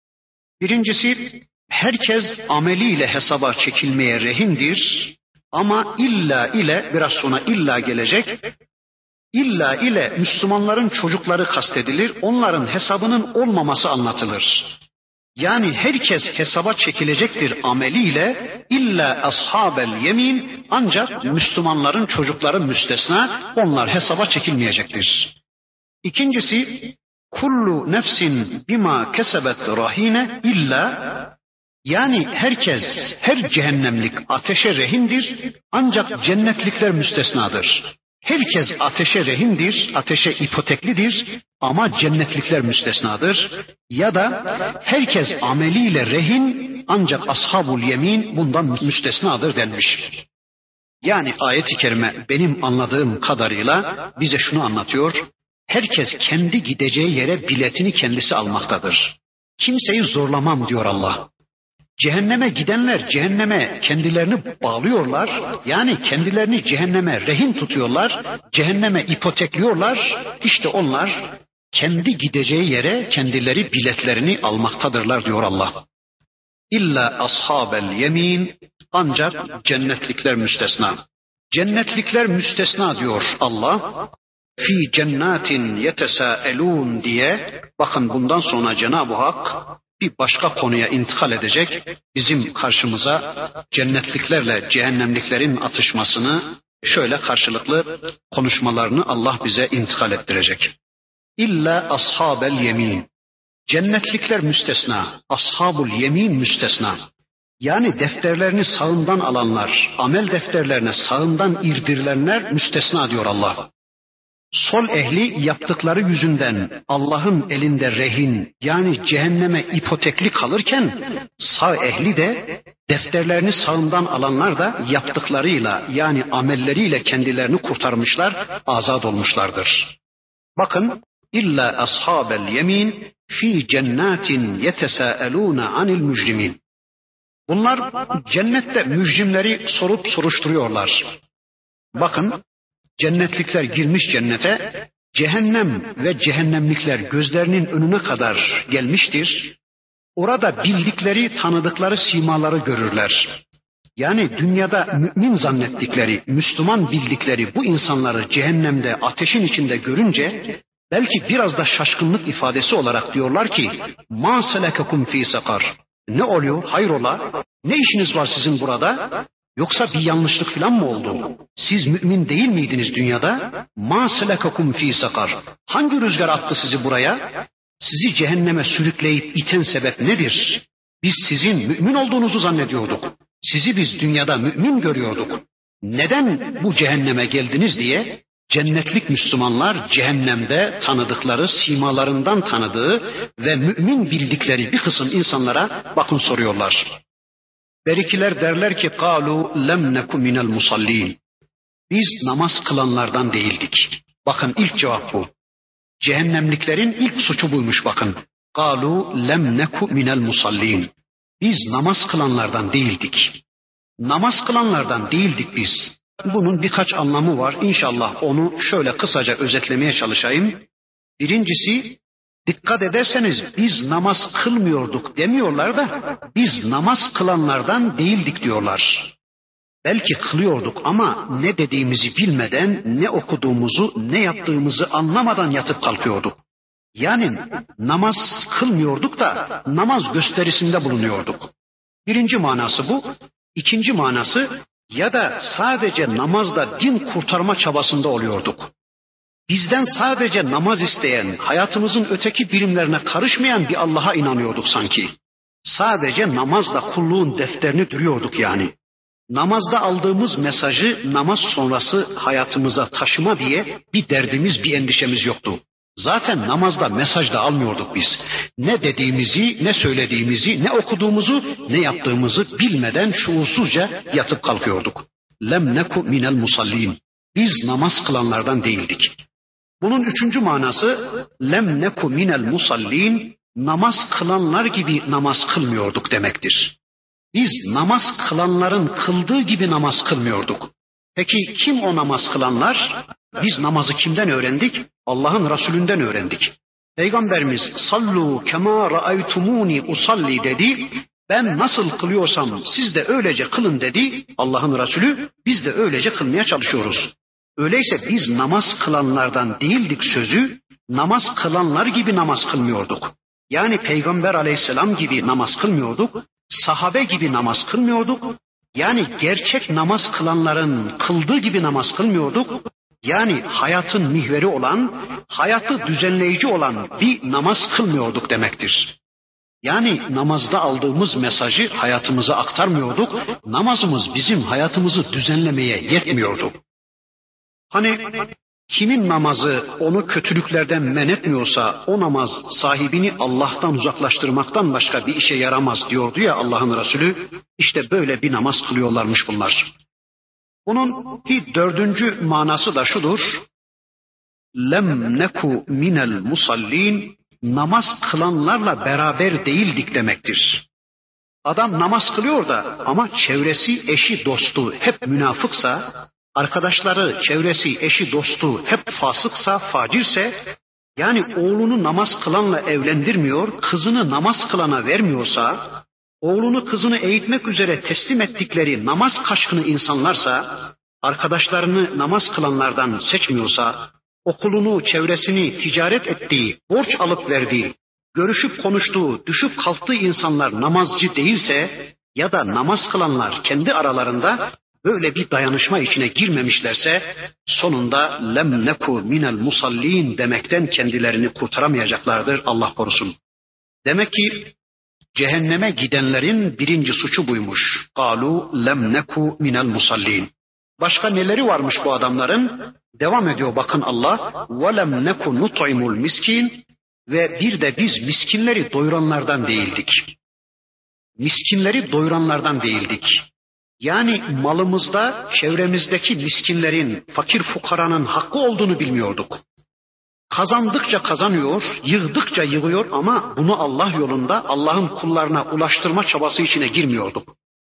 Birincisi, herkes ameliyle hesaba çekilmeye rehindir ama illa ile, biraz sonra illa gelecek, illa ile Müslümanların çocukları kastedilir, onların hesabının olmaması anlatılır. Yani herkes hesaba çekilecektir ameliyle, illa ashabel yemin, ancak Müslümanların çocukları müstesna, onlar hesaba çekilmeyecektir. İkincisi, kullu nefsin bima kesebet rahine illa, yani herkes, her cehennemlik ateşe rehindir, ancak cennetlikler müstesnadır. Herkes ateşe rehindir, ateşe ipoteklidir ama cennetlikler müstesnadır. Ya da herkes ameliyle rehin ancak ashabul yemin bundan müstesnadır denmiş. Yani ayet-i kerime benim anladığım kadarıyla bize şunu anlatıyor. Herkes kendi gideceği yere biletini kendisi almaktadır. Kimseyi zorlamam diyor Allah. Cehenneme gidenler cehenneme kendilerini bağlıyorlar. Yani kendilerini cehenneme rehin tutuyorlar. Cehenneme ipotekliyorlar. İşte onlar kendi gideceği yere kendileri biletlerini almaktadırlar diyor Allah. İlla ashabel yemin, ancak cennetlikler müstesna. Cennetlikler müstesna diyor Allah. Fi cennatin yetesâelûn diye, bakın bundan sonra Cenab-ı Hak bir başka konuya intikal edecek. Bizim karşımıza cennetliklerle cehennemliklerin atışmasını, şöyle karşılıklı konuşmalarını Allah bize intikal ettirecek. İlla ashabel yemin. Cennetlikler müstesna, ashabul yemin müstesna. Yani defterlerini sağından alanlar, amel defterlerine sağından irdirilenler müstesna diyor Allah. Sol ehli yaptıkları yüzünden Allah'ın elinde rehin, yani cehenneme ipotekli kalırken, sağ ehli de defterlerini sağından alanlar da yaptıklarıyla, yani amelleriyle kendilerini kurtarmışlar, azat olmuşlardır. Bakın, illa ashabel yemin fi cennatin yetesâelûne anil mücrimin. Bunlar cennette mücrimleri sorup soruşturuyorlar. Bakın, cennetlikler girmiş cennete, cehennem ve cehennemlikler gözlerinin önüne kadar gelmiştir. Orada bildikleri, tanıdıkları simaları görürler. Yani dünyada mümin zannettikleri, Müslüman bildikleri bu insanları cehennemde, ateşin içinde görünce, belki biraz da şaşkınlık ifadesi olarak diyorlar ki, مَا سَلَكَكُمْ ف۪ي سَقَرٍ. Ne oluyor? Hayrola? Ne işiniz var sizin burada? Yoksa bir yanlışlık falan mı oldu? Siz mümin değil miydiniz dünyada? Ma selekakum fi sakar. Hangi rüzgar attı sizi buraya? Sizi cehenneme sürükleyip iten sebep nedir? Biz sizin mümin olduğunuzu zannediyorduk. Sizi biz dünyada mümin görüyorduk. Neden bu cehenneme geldiniz diye cennetlik Müslümanlar cehennemde tanıdıkları, simalarından tanıdığı ve mümin bildikleri bir kısım insanlara bakın soruyorlar. Berikiler derler ki قَالُوا لَمْ نَكُ مِنَ الْمُصَلِّينَ. Biz namaz kılanlardan değildik. Bakın ilk cevap bu. Cehennemliklerin ilk suçu buymuş bakın. قَالُوا لَمْ نَكُ مِنَ الْمُصَلِّينَ. Biz namaz kılanlardan değildik. Namaz kılanlardan değildik biz. Bunun birkaç anlamı var. İnşallah onu şöyle kısaca özetlemeye çalışayım. Birincisi, dikkat ederseniz biz namaz kılmıyorduk demiyorlar da biz namaz kılanlardan değildik diyorlar. Belki kılıyorduk ama ne dediğimizi bilmeden, ne okuduğumuzu, ne yaptığımızı anlamadan yatıp kalkıyorduk. Yani namaz kılmıyorduk da namaz gösterisinde bulunuyorduk. Birinci manası bu. İkinci manası, ya da sadece namazda din kurtarma çabasında oluyorduk. Bizden sadece namaz isteyen, hayatımızın öteki birimlerine karışmayan bir Allah'a inanıyorduk sanki. Sadece namazla kulluğun defterini dürüyorduk yani. Namazda aldığımız mesajı namaz sonrası hayatımıza taşıma diye bir derdimiz, bir endişemiz yoktu. Zaten namazda mesaj da almıyorduk biz. Ne dediğimizi, ne söylediğimizi, ne okuduğumuzu, ne yaptığımızı bilmeden şuursuzca yatıp kalkıyorduk. Lem neku minel musallin. Biz namaz kılanlardan değildik. Bunun üçüncü manası lem neku minel musallin, namaz kılanlar gibi namaz kılmıyorduk demektir. Biz namaz kılanların kıldığı gibi namaz kılmıyorduk. Peki kim o namaz kılanlar? Biz namazı kimden öğrendik? Allah'ın Resulünden öğrendik. Peygamberimiz sallu kema ra'aytumuni usalli dedi. Ben nasıl kılıyorsam siz de öylece kılın dedi Allah'ın Resulü. Biz de öylece kılmaya çalışıyoruz. Öyleyse biz namaz kılanlardan değildik sözü, namaz kılanlar gibi namaz kılmıyorduk. Yani Peygamber aleyhisselam gibi namaz kılmıyorduk, sahabe gibi namaz kılmıyorduk. Yani gerçek namaz kılanların kıldığı gibi namaz kılmıyorduk. Yani hayatın mihveri olan, hayatı düzenleyici olan bir namaz kılmıyorduk demektir. Yani namazda aldığımız mesajı hayatımıza aktarmıyorduk. Namazımız bizim hayatımızı düzenlemeye yetmiyordu. Hani kimin namazı onu kötülüklerden men etmiyorsa o namaz sahibini Allah'tan uzaklaştırmaktan başka bir işe yaramaz diyordu ya Allah'ın Resulü. İşte böyle bir namaz kılıyorlarmış bunlar. Bunun bir dördüncü manası da şudur. Lem neku minel musallin, namaz kılanlarla beraber değildik demektir. Adam namaz kılıyor da ama çevresi, eşi, dostu hep münafıksa, arkadaşları, çevresi, eşi, dostu hep fasıksa, facirse, yani oğlunu namaz kılanla evlendirmiyor, kızını namaz kılana vermiyorsa, oğlunu kızını eğitmek üzere teslim ettikleri namaz kaçkını insanlarsa, arkadaşlarını namaz kılanlardan seçmiyorsa, okulunu, çevresini ticaret ettiği, borç alıp verdiği, görüşüp konuştuğu, düşüp kalktığı insanlar namazcı değilse ya da namaz kılanlar kendi aralarında böyle bir dayanışma içine girmemişlerse sonunda lem neku minel musallin demekten kendilerini kurtaramayacaklardır, Allah korusun. Demek ki cehenneme gidenlerin birinci suçu buymuş. Kalu lem neku minel musallin. Başka neleri varmış bu adamların? Devam ediyor bakın Allah. Ve lem neku nut'imul miskin. Ve bir de biz miskinleri doyuranlardan değildik. Miskinleri doyuranlardan değildik. Yani malımızda çevremizdeki miskinlerin, fakir fukaranın hakkı olduğunu bilmiyorduk. Kazandıkça kazanıyor, yığdıkça yığıyor ama bunu Allah yolunda Allah'ın kullarına ulaştırma çabası içine girmiyorduk.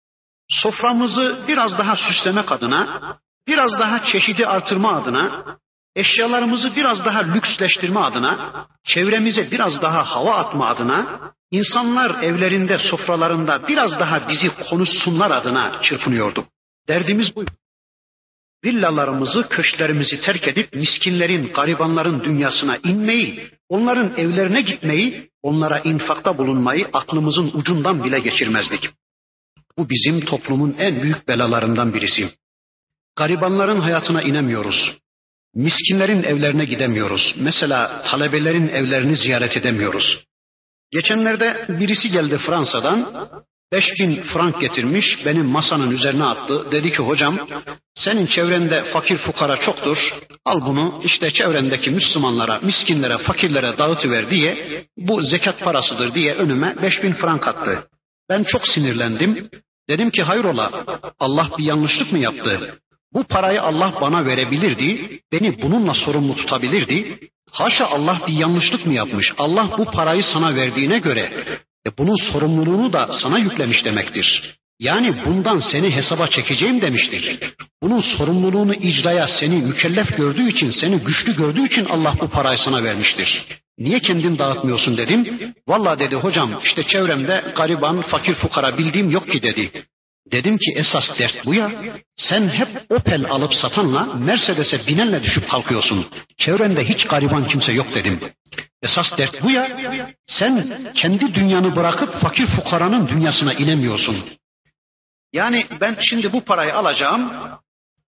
Soframızı biraz daha süslemek adına, biraz daha çeşidi artırma adına, eşyalarımızı biraz daha lüksleştirme adına, çevremize biraz daha hava atma adına, insanlar evlerinde, sofralarında biraz daha bizi konuşsunlar adına çırpınıyorduk. Derdimiz bu. Villalarımızı, köşklerimizi terk edip miskinlerin, garibanların dünyasına inmeyi, onların evlerine gitmeyi, onlara infakta bulunmayı aklımızın ucundan bile geçirmezdik. Bu bizim toplumun en büyük belalarından birisi. Garibanların hayatına inemiyoruz. Miskinlerin evlerine gidemiyoruz. Mesela talebelerin evlerini ziyaret edemiyoruz. Geçenlerde birisi geldi Fransa'dan, 5000 frank getirmiş, benim masanın üzerine attı. Dedi ki hocam, senin çevrende fakir fukara çoktur, al bunu işte çevrendeki Müslümanlara, miskinlere, fakirlere dağıtıver diye, bu zekat parasıdır diye önüme 5000 frank attı. Ben çok sinirlendim. Dedim ki hayrola, Allah bir yanlışlık mı yaptı? Bu parayı Allah bana verebilirdi, beni bununla sorumlu tutabilirdi. Haşa, Allah bir yanlışlık mı yapmış? Allah bu parayı sana verdiğine göre bunun sorumluluğunu da sana yüklemiş demektir. Yani bundan seni hesaba çekeceğim demiştir. Bunun sorumluluğunu icraya seni mükellef gördüğü için, seni güçlü gördüğü için Allah bu parayı sana vermiştir. Niye kendin dağıtmıyorsun dedim. Vallahi dedi hocam, işte çevremde gariban, fakir fukara bildiğim yok ki dedi. Dedim ki esas dert bu ya. Sen hep Opel alıp satanla, Mercedes'e binenle düşüp kalkıyorsun. Çevrende hiç gariban kimse yok dedim. Esas dert bu ya. Sen kendi dünyanı bırakıp fakir fukaranın dünyasına inemiyorsun. Yani ben şimdi bu parayı alacağım,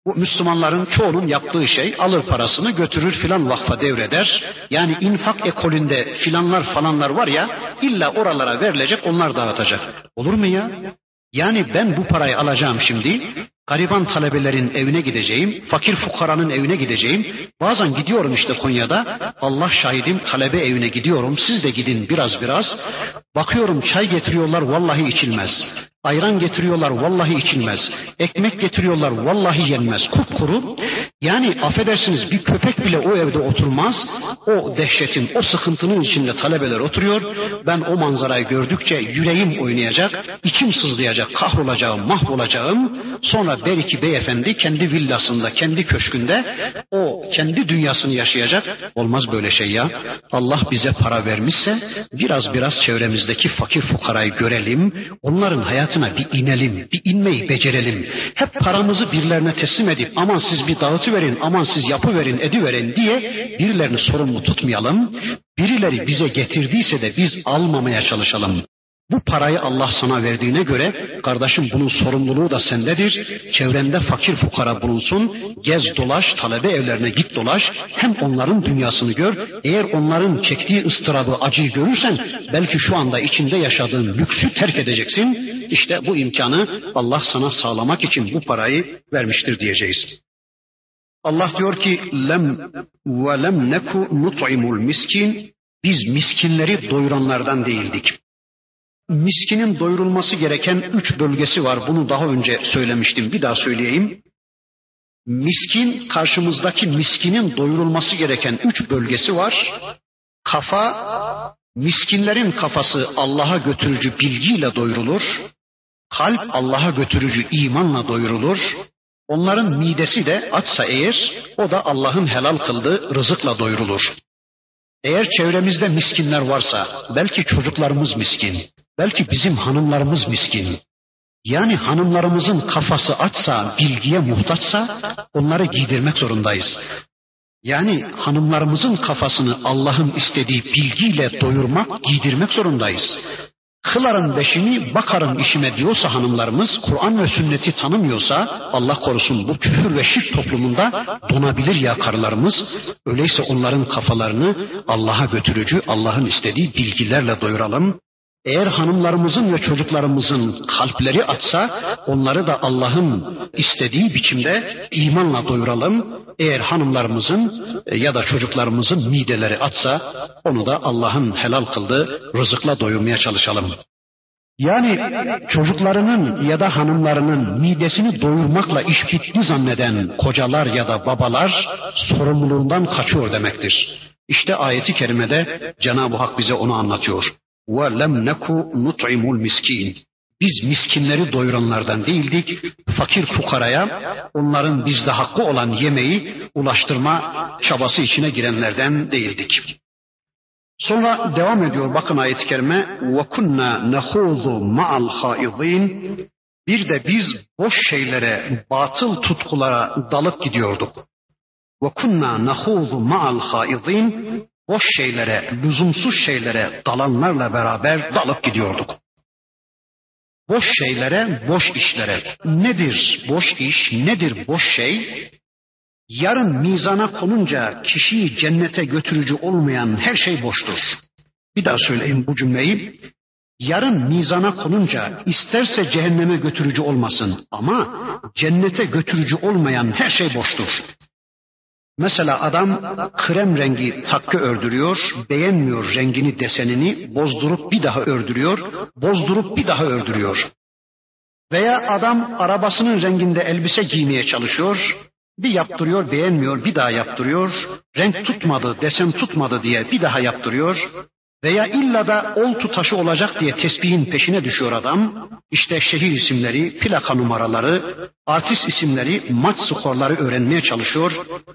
Bu Müslümanların çoğunun yaptığı şey, alır parasını götürür filan vakfa devreder. Yani infak ekolünde filanlar falanlar var ya, illa oralara verilecek, onlar dağıtacak. Olur mu ya? Yani ben bu parayı alacağım şimdi, gariban talebelerin evine gideceğim, fakir fukaranın evine gideceğim. Bazen gidiyorum işte Konya'da, Allah şahidim, talebe evine gidiyorum, siz de gidin biraz. Bakıyorum çay getiriyorlar, vallahi içilmez. Ayran getiriyorlar, vallahi içilmez. Ekmek getiriyorlar, vallahi yenmez. Kupkuru. Yani affedersiniz, bir köpek bile o evde oturmaz. O dehşetin, o sıkıntının içinde talebeler oturuyor. Ben o manzarayı gördükçe yüreğim oynayacak, içim sızlayacak, kahrolacağım, mahvolacağım. Sonra belki beyefendi kendi villasında, kendi köşkünde o kendi dünyasını yaşayacak. Olmaz böyle şey ya. Allah bize para vermişse biraz çevremizdeki fakir fukarayı görelim. Onların hayatına bir inelim, bir inmeyi becerelim. Hep paramızı birilerine teslim edip aman siz bir dağıtıverin, aman siz yapıverin, ediverin diye birilerini sorumlu tutmayalım. Birileri bize getirdiyse de biz almamaya çalışalım. Bu parayı Allah sana verdiğine göre kardeşim bunun sorumluluğu da sendedir. Çevrende fakir fukara bulunsun. Gez dolaş, talebe evlerine git dolaş. Hem onların dünyasını gör. Eğer onların çektiği ıstırabı, acıyı görürsen belki şu anda içinde yaşadığın lüksü terk edeceksin. İşte bu imkanı Allah sana sağlamak için bu parayı vermiştir diyeceğiz. Allah diyor ki lem ve lem neku nut'imul miskin. Biz miskinleri doyuranlardan değildik. Miskinin doyurulması gereken 3 bölgesi var. Bunu daha önce söylemiştim. Bir daha söyleyeyim. Miskin, karşımızdaki miskinin doyurulması gereken 3 bölgesi var. Kafa, miskinlerin kafası Allah'a götürücü bilgiyle doyurulur. Kalp Allah'a götürücü imanla doyurulur. Onların midesi de açsa eğer, o da Allah'ın helal kıldığı rızıkla doyurulur. Eğer çevremizde miskinler varsa, belki çocuklarımız miskin, belki bizim hanımlarımız miskin. Yani hanımlarımızın kafası açsa, bilgiye muhtaçsa onları giydirmek zorundayız. Yani hanımlarımızın kafasını Allah'ın istediği bilgiyle doyurmak, giydirmek zorundayız. Kılarım beşini, bakarım işime diyorsa hanımlarımız, Kur'an ve sünneti tanımıyorsa, Allah korusun bu küfür ve şirk toplumunda donabilir ya karılarımız. Öyleyse onların kafalarını Allah'a götürücü, Allah'ın istediği bilgilerle doyuralım. Eğer hanımlarımızın ve çocuklarımızın kalpleri açsa, onları da Allah'ın istediği biçimde imanla doyuralım. Eğer hanımlarımızın ya da çocuklarımızın mideleri açsa, onu da Allah'ın helal kıldığı rızıkla doyurmaya çalışalım. Yani çocuklarının ya da hanımlarının midesini doyurmakla iş bitti zanneden kocalar ya da babalar sorumluluğundan kaçıyor demektir. İşte ayeti kerimede Cenab-ı Hak bize onu anlatıyor. وَلَمْ نَكُ نُطْعِمُ الْمِسْكِينَ. Biz miskinleri doyuranlardan değildik, fakir fukaraya onların bizde hakkı olan yemeği ulaştırma çabası içine girenlerden değildik. Sonra devam ediyor bakın ayet-i kerime. وَكُنَّا نَخُوضُ مَعَ الْخَائِضِينَ. Bir de biz boş şeylere, batıl tutkulara dalıp gidiyorduk. وَكُنَّا نَخُوضُ مَعَ الْخَائِضِينَ. Boş şeylere, lüzumsuz şeylere dalanlarla beraber dalıp gidiyorduk. Boş şeylere, boş işlere. Nedir boş iş, nedir boş şey? Yarın mizana konunca kişiyi cennete götürücü olmayan her şey boştur. Bir daha söyleyeyim bu cümleyi. Yarın mizana konunca isterse cehenneme götürücü olmasın ama cennete götürücü olmayan her şey boştur. Mesela adam krem rengi takkı ördürüyor, beğenmiyor rengini, desenini, bozdurup bir daha ördürüyor, bozdurup bir daha ördürüyor. Veya adam arabasının renginde elbise giymeye çalışıyor, bir yaptırıyor, beğenmiyor, bir daha yaptırıyor, renk tutmadı, desen tutmadı diye bir daha yaptırıyor. Veya illa da oltu taşı olacak diye tesbihin peşine düşüyor adam. İşte şehir isimleri, plaka numaraları, artist isimleri, maç skorları öğrenmeye çalışıyor.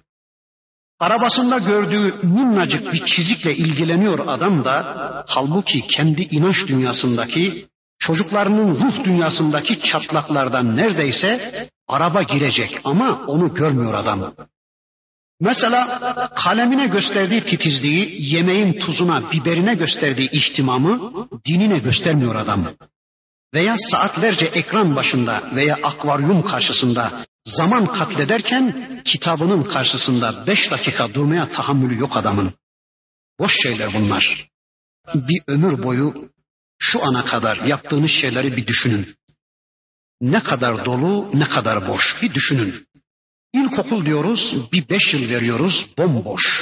Arabasında gördüğü minnacık bir çizikle ilgileniyor adam da, halbuki kendi inanç dünyasındaki, çocuklarının ruh dünyasındaki çatlaklardan neredeyse araba girecek ama onu görmüyor adam. Mesela kalemine gösterdiği titizliği, yemeğin tuzuna, biberine gösterdiği ihtimamı dinine göstermiyor adam. Veya saatlerce ekran başında veya akvaryum karşısında Zaman katlederken kitabının karşısında 5 dakika durmaya tahammülü yok adamın. Boş şeyler bunlar. Bir ömür boyu şu ana kadar yaptığınız şeyleri bir düşünün. Ne kadar dolu, ne kadar boş bir düşünün. İlkokul diyoruz, bir 5 yıl veriyoruz, bomboş.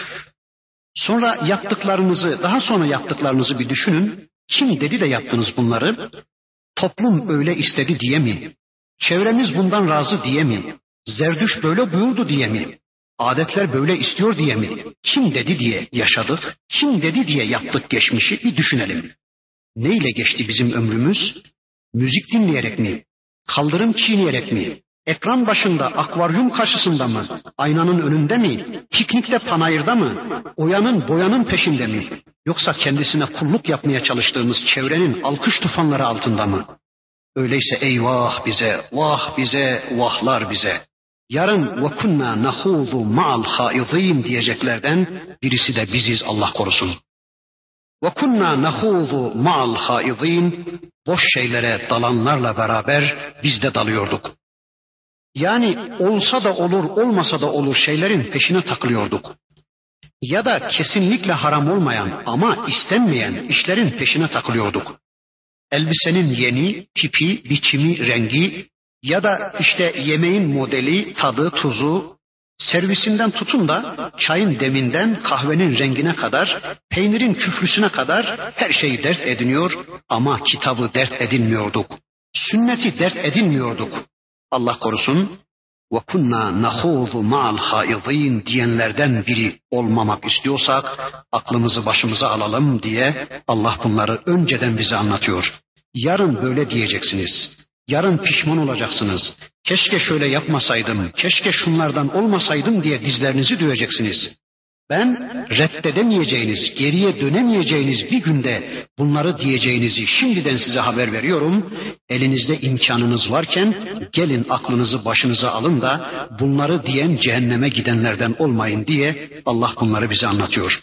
Sonra yaptıklarınızı, daha sonra yaptıklarınızı bir düşünün. Kim dedi de yaptınız bunları? Toplum öyle istedi diye mi? Çevremiz bundan razı diye mi? Zerdüş böyle buyurdu diye mi? Adetler böyle istiyor diye mi? Kim dedi diye yaşadık? Kim dedi diye yaptık geçmişi bir düşünelim. Neyle geçti bizim ömrümüz? Müzik dinleyerek mi? Kaldırım çiğneyerek mi? Ekran başında, akvaryum karşısında mı? Aynanın önünde mi? Piknikte, panayırda mı? Oyanın, boyanın peşinde mi? Yoksa kendisine kulluk yapmaya çalıştığımız çevrenin alkış tufanları altında mı? Öyleyse eyvah bize, vah bize, vahlar bize. Yarın ve kunna nahudu ma'al haidin diyeceklerden birisi de biziz, Allah korusun. Ve kunna nahudu ma'al haidin, boş şeylere dalanlarla beraber biz de dalıyorduk. Yani olsa da olur, olmasa da olur şeylerin peşine takılıyorduk. Ya da kesinlikle haram olmayan ama istenmeyen işlerin peşine takılıyorduk. Elbisenin yeni, tipi, biçimi, rengi ya da işte yemeğin modeli, tadı, tuzu, servisinden tutun da çayın deminden kahvenin rengine kadar, peynirin küflüsüne kadar her şeyi dert ediniyor ama kitabı dert edinmiyorduk. Sünneti dert edinmiyorduk. Allah korusun. وَكُنَّا نَخُوضُ مَعَ الْخَائِضِينَ diyenlerden biri olmamak istiyorsak aklımızı başımıza alalım diye Allah bunları önceden bize anlatıyor. Yarın böyle diyeceksiniz. Yarın pişman olacaksınız. Keşke şöyle yapmasaydım, keşke şunlardan olmasaydım diye dizlerinizi döveceksiniz. Ben reddedemeyeceğiniz, geriye dönemeyeceğiniz bir günde bunları diyeceğinizi şimdiden size haber veriyorum. Elinizde imkanınız varken gelin aklınızı başınıza alın da bunları diyen cehenneme gidenlerden olmayın diye Allah bunları bize anlatıyor.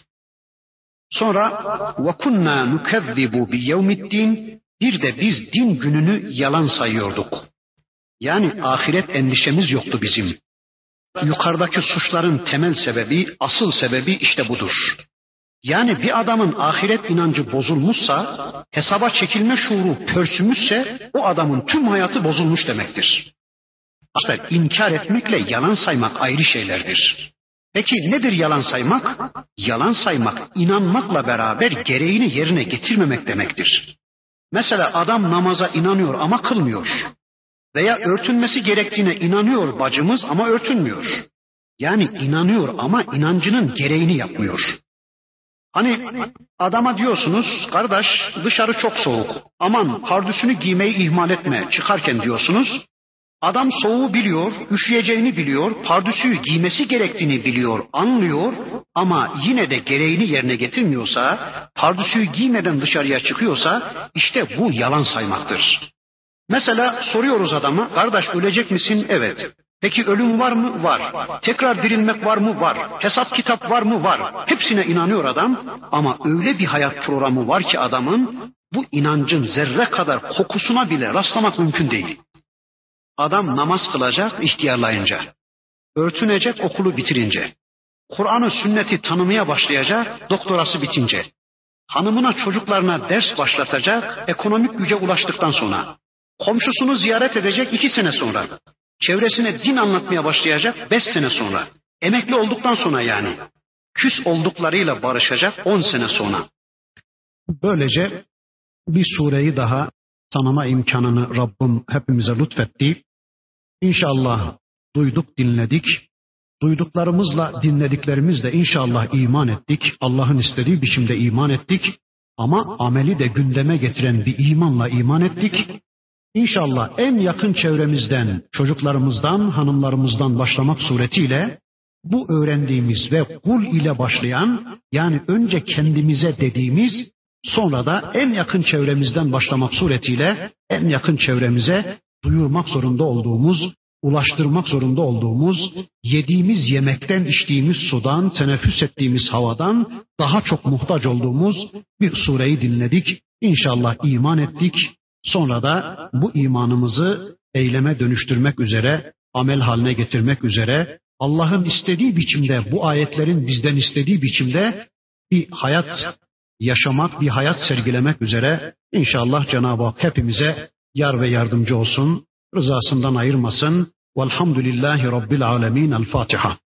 Sonra وَكُنَّا نُكَذِّبُ بِيَوْمِ الدِّينِ bir de biz din gününü yalan sayıyorduk. Yani ahiret endişemiz yoktu bizim. Yukarıdaki suçların temel sebebi, asıl sebebi işte budur. Yani bir adamın ahiret inancı bozulmuşsa, hesaba çekilme şuuru pörsümüşse o adamın tüm hayatı bozulmuş demektir. İşte inkar etmekle yalan saymak ayrı şeylerdir. Peki nedir yalan saymak? Yalan saymak inanmakla beraber gereğini yerine getirmemek demektir. Mesela adam namaza inanıyor ama kılmıyor. Veya örtünmesi gerektiğine inanıyor bacımız ama örtünmüyor. Yani inanıyor ama inancının gereğini yapmıyor. Hani adama diyorsunuz, kardeş dışarı çok soğuk, aman pardüsünü giymeyi ihmal etme çıkarken diyorsunuz. Adam soğuğu biliyor, üşüyeceğini biliyor, pardüsüyü giymesi gerektiğini biliyor, anlıyor ama yine de gereğini yerine getirmiyorsa, pardüsüyü giymeden dışarıya çıkıyorsa işte bu yalan saymaktır. Mesela soruyoruz adama, kardeş ölecek misin? Evet. Peki ölüm var mı? Var. Tekrar dirilmek var mı? Var. Hesap kitap var mı? Var. Hepsine inanıyor adam ama öyle bir hayat programı var ki adamın bu inancın zerre kadar kokusuna bile rastlamak mümkün değil. Adam namaz kılacak ihtiyarlayınca, örtünecek okulu bitirince, Kur'an'ı sünneti tanımaya başlayacak doktorası bitince, hanımına çocuklarına ders başlatacak ekonomik güce ulaştıktan sonra, komşusunu ziyaret edecek 2 sene sonra, çevresine din anlatmaya başlayacak 5 sene sonra, emekli olduktan sonra yani, küs olduklarıyla barışacak 10 sene sonra. Böylece bir sureyi daha tanıma imkanını Rabbim hepimize lütfetti. İnşallah duyduk, dinledik. Duyduklarımızla, dinlediklerimizle inşallah iman ettik. Allah'ın istediği biçimde iman ettik. Ama ameli de gündeme getiren bir imanla iman ettik. İnşallah en yakın çevremizden, çocuklarımızdan, hanımlarımızdan başlamak suretiyle bu öğrendiğimiz ve kul ile başlayan, yani önce kendimize dediğimiz, sonra da en yakın çevremizden başlamak suretiyle en yakın çevremize duyurmak zorunda olduğumuz, ulaştırmak zorunda olduğumuz, yediğimiz yemekten, içtiğimiz sudan, teneffüs ettiğimiz havadan daha çok muhtaç olduğumuz bir sureyi dinledik. İnşallah iman ettik. Sonra da bu imanımızı eyleme dönüştürmek üzere amel haline getirmek üzere Allah'ın istediği biçimde, bu ayetlerin bizden istediği biçimde bir hayat yaşamak, bir hayat sergilemek üzere inşallah Cenab-ı Hak hepimize yar ve yardımcı olsun, rızasından ayırmasın. Velhamdülillahi Rabbil alemin. El Fatiha.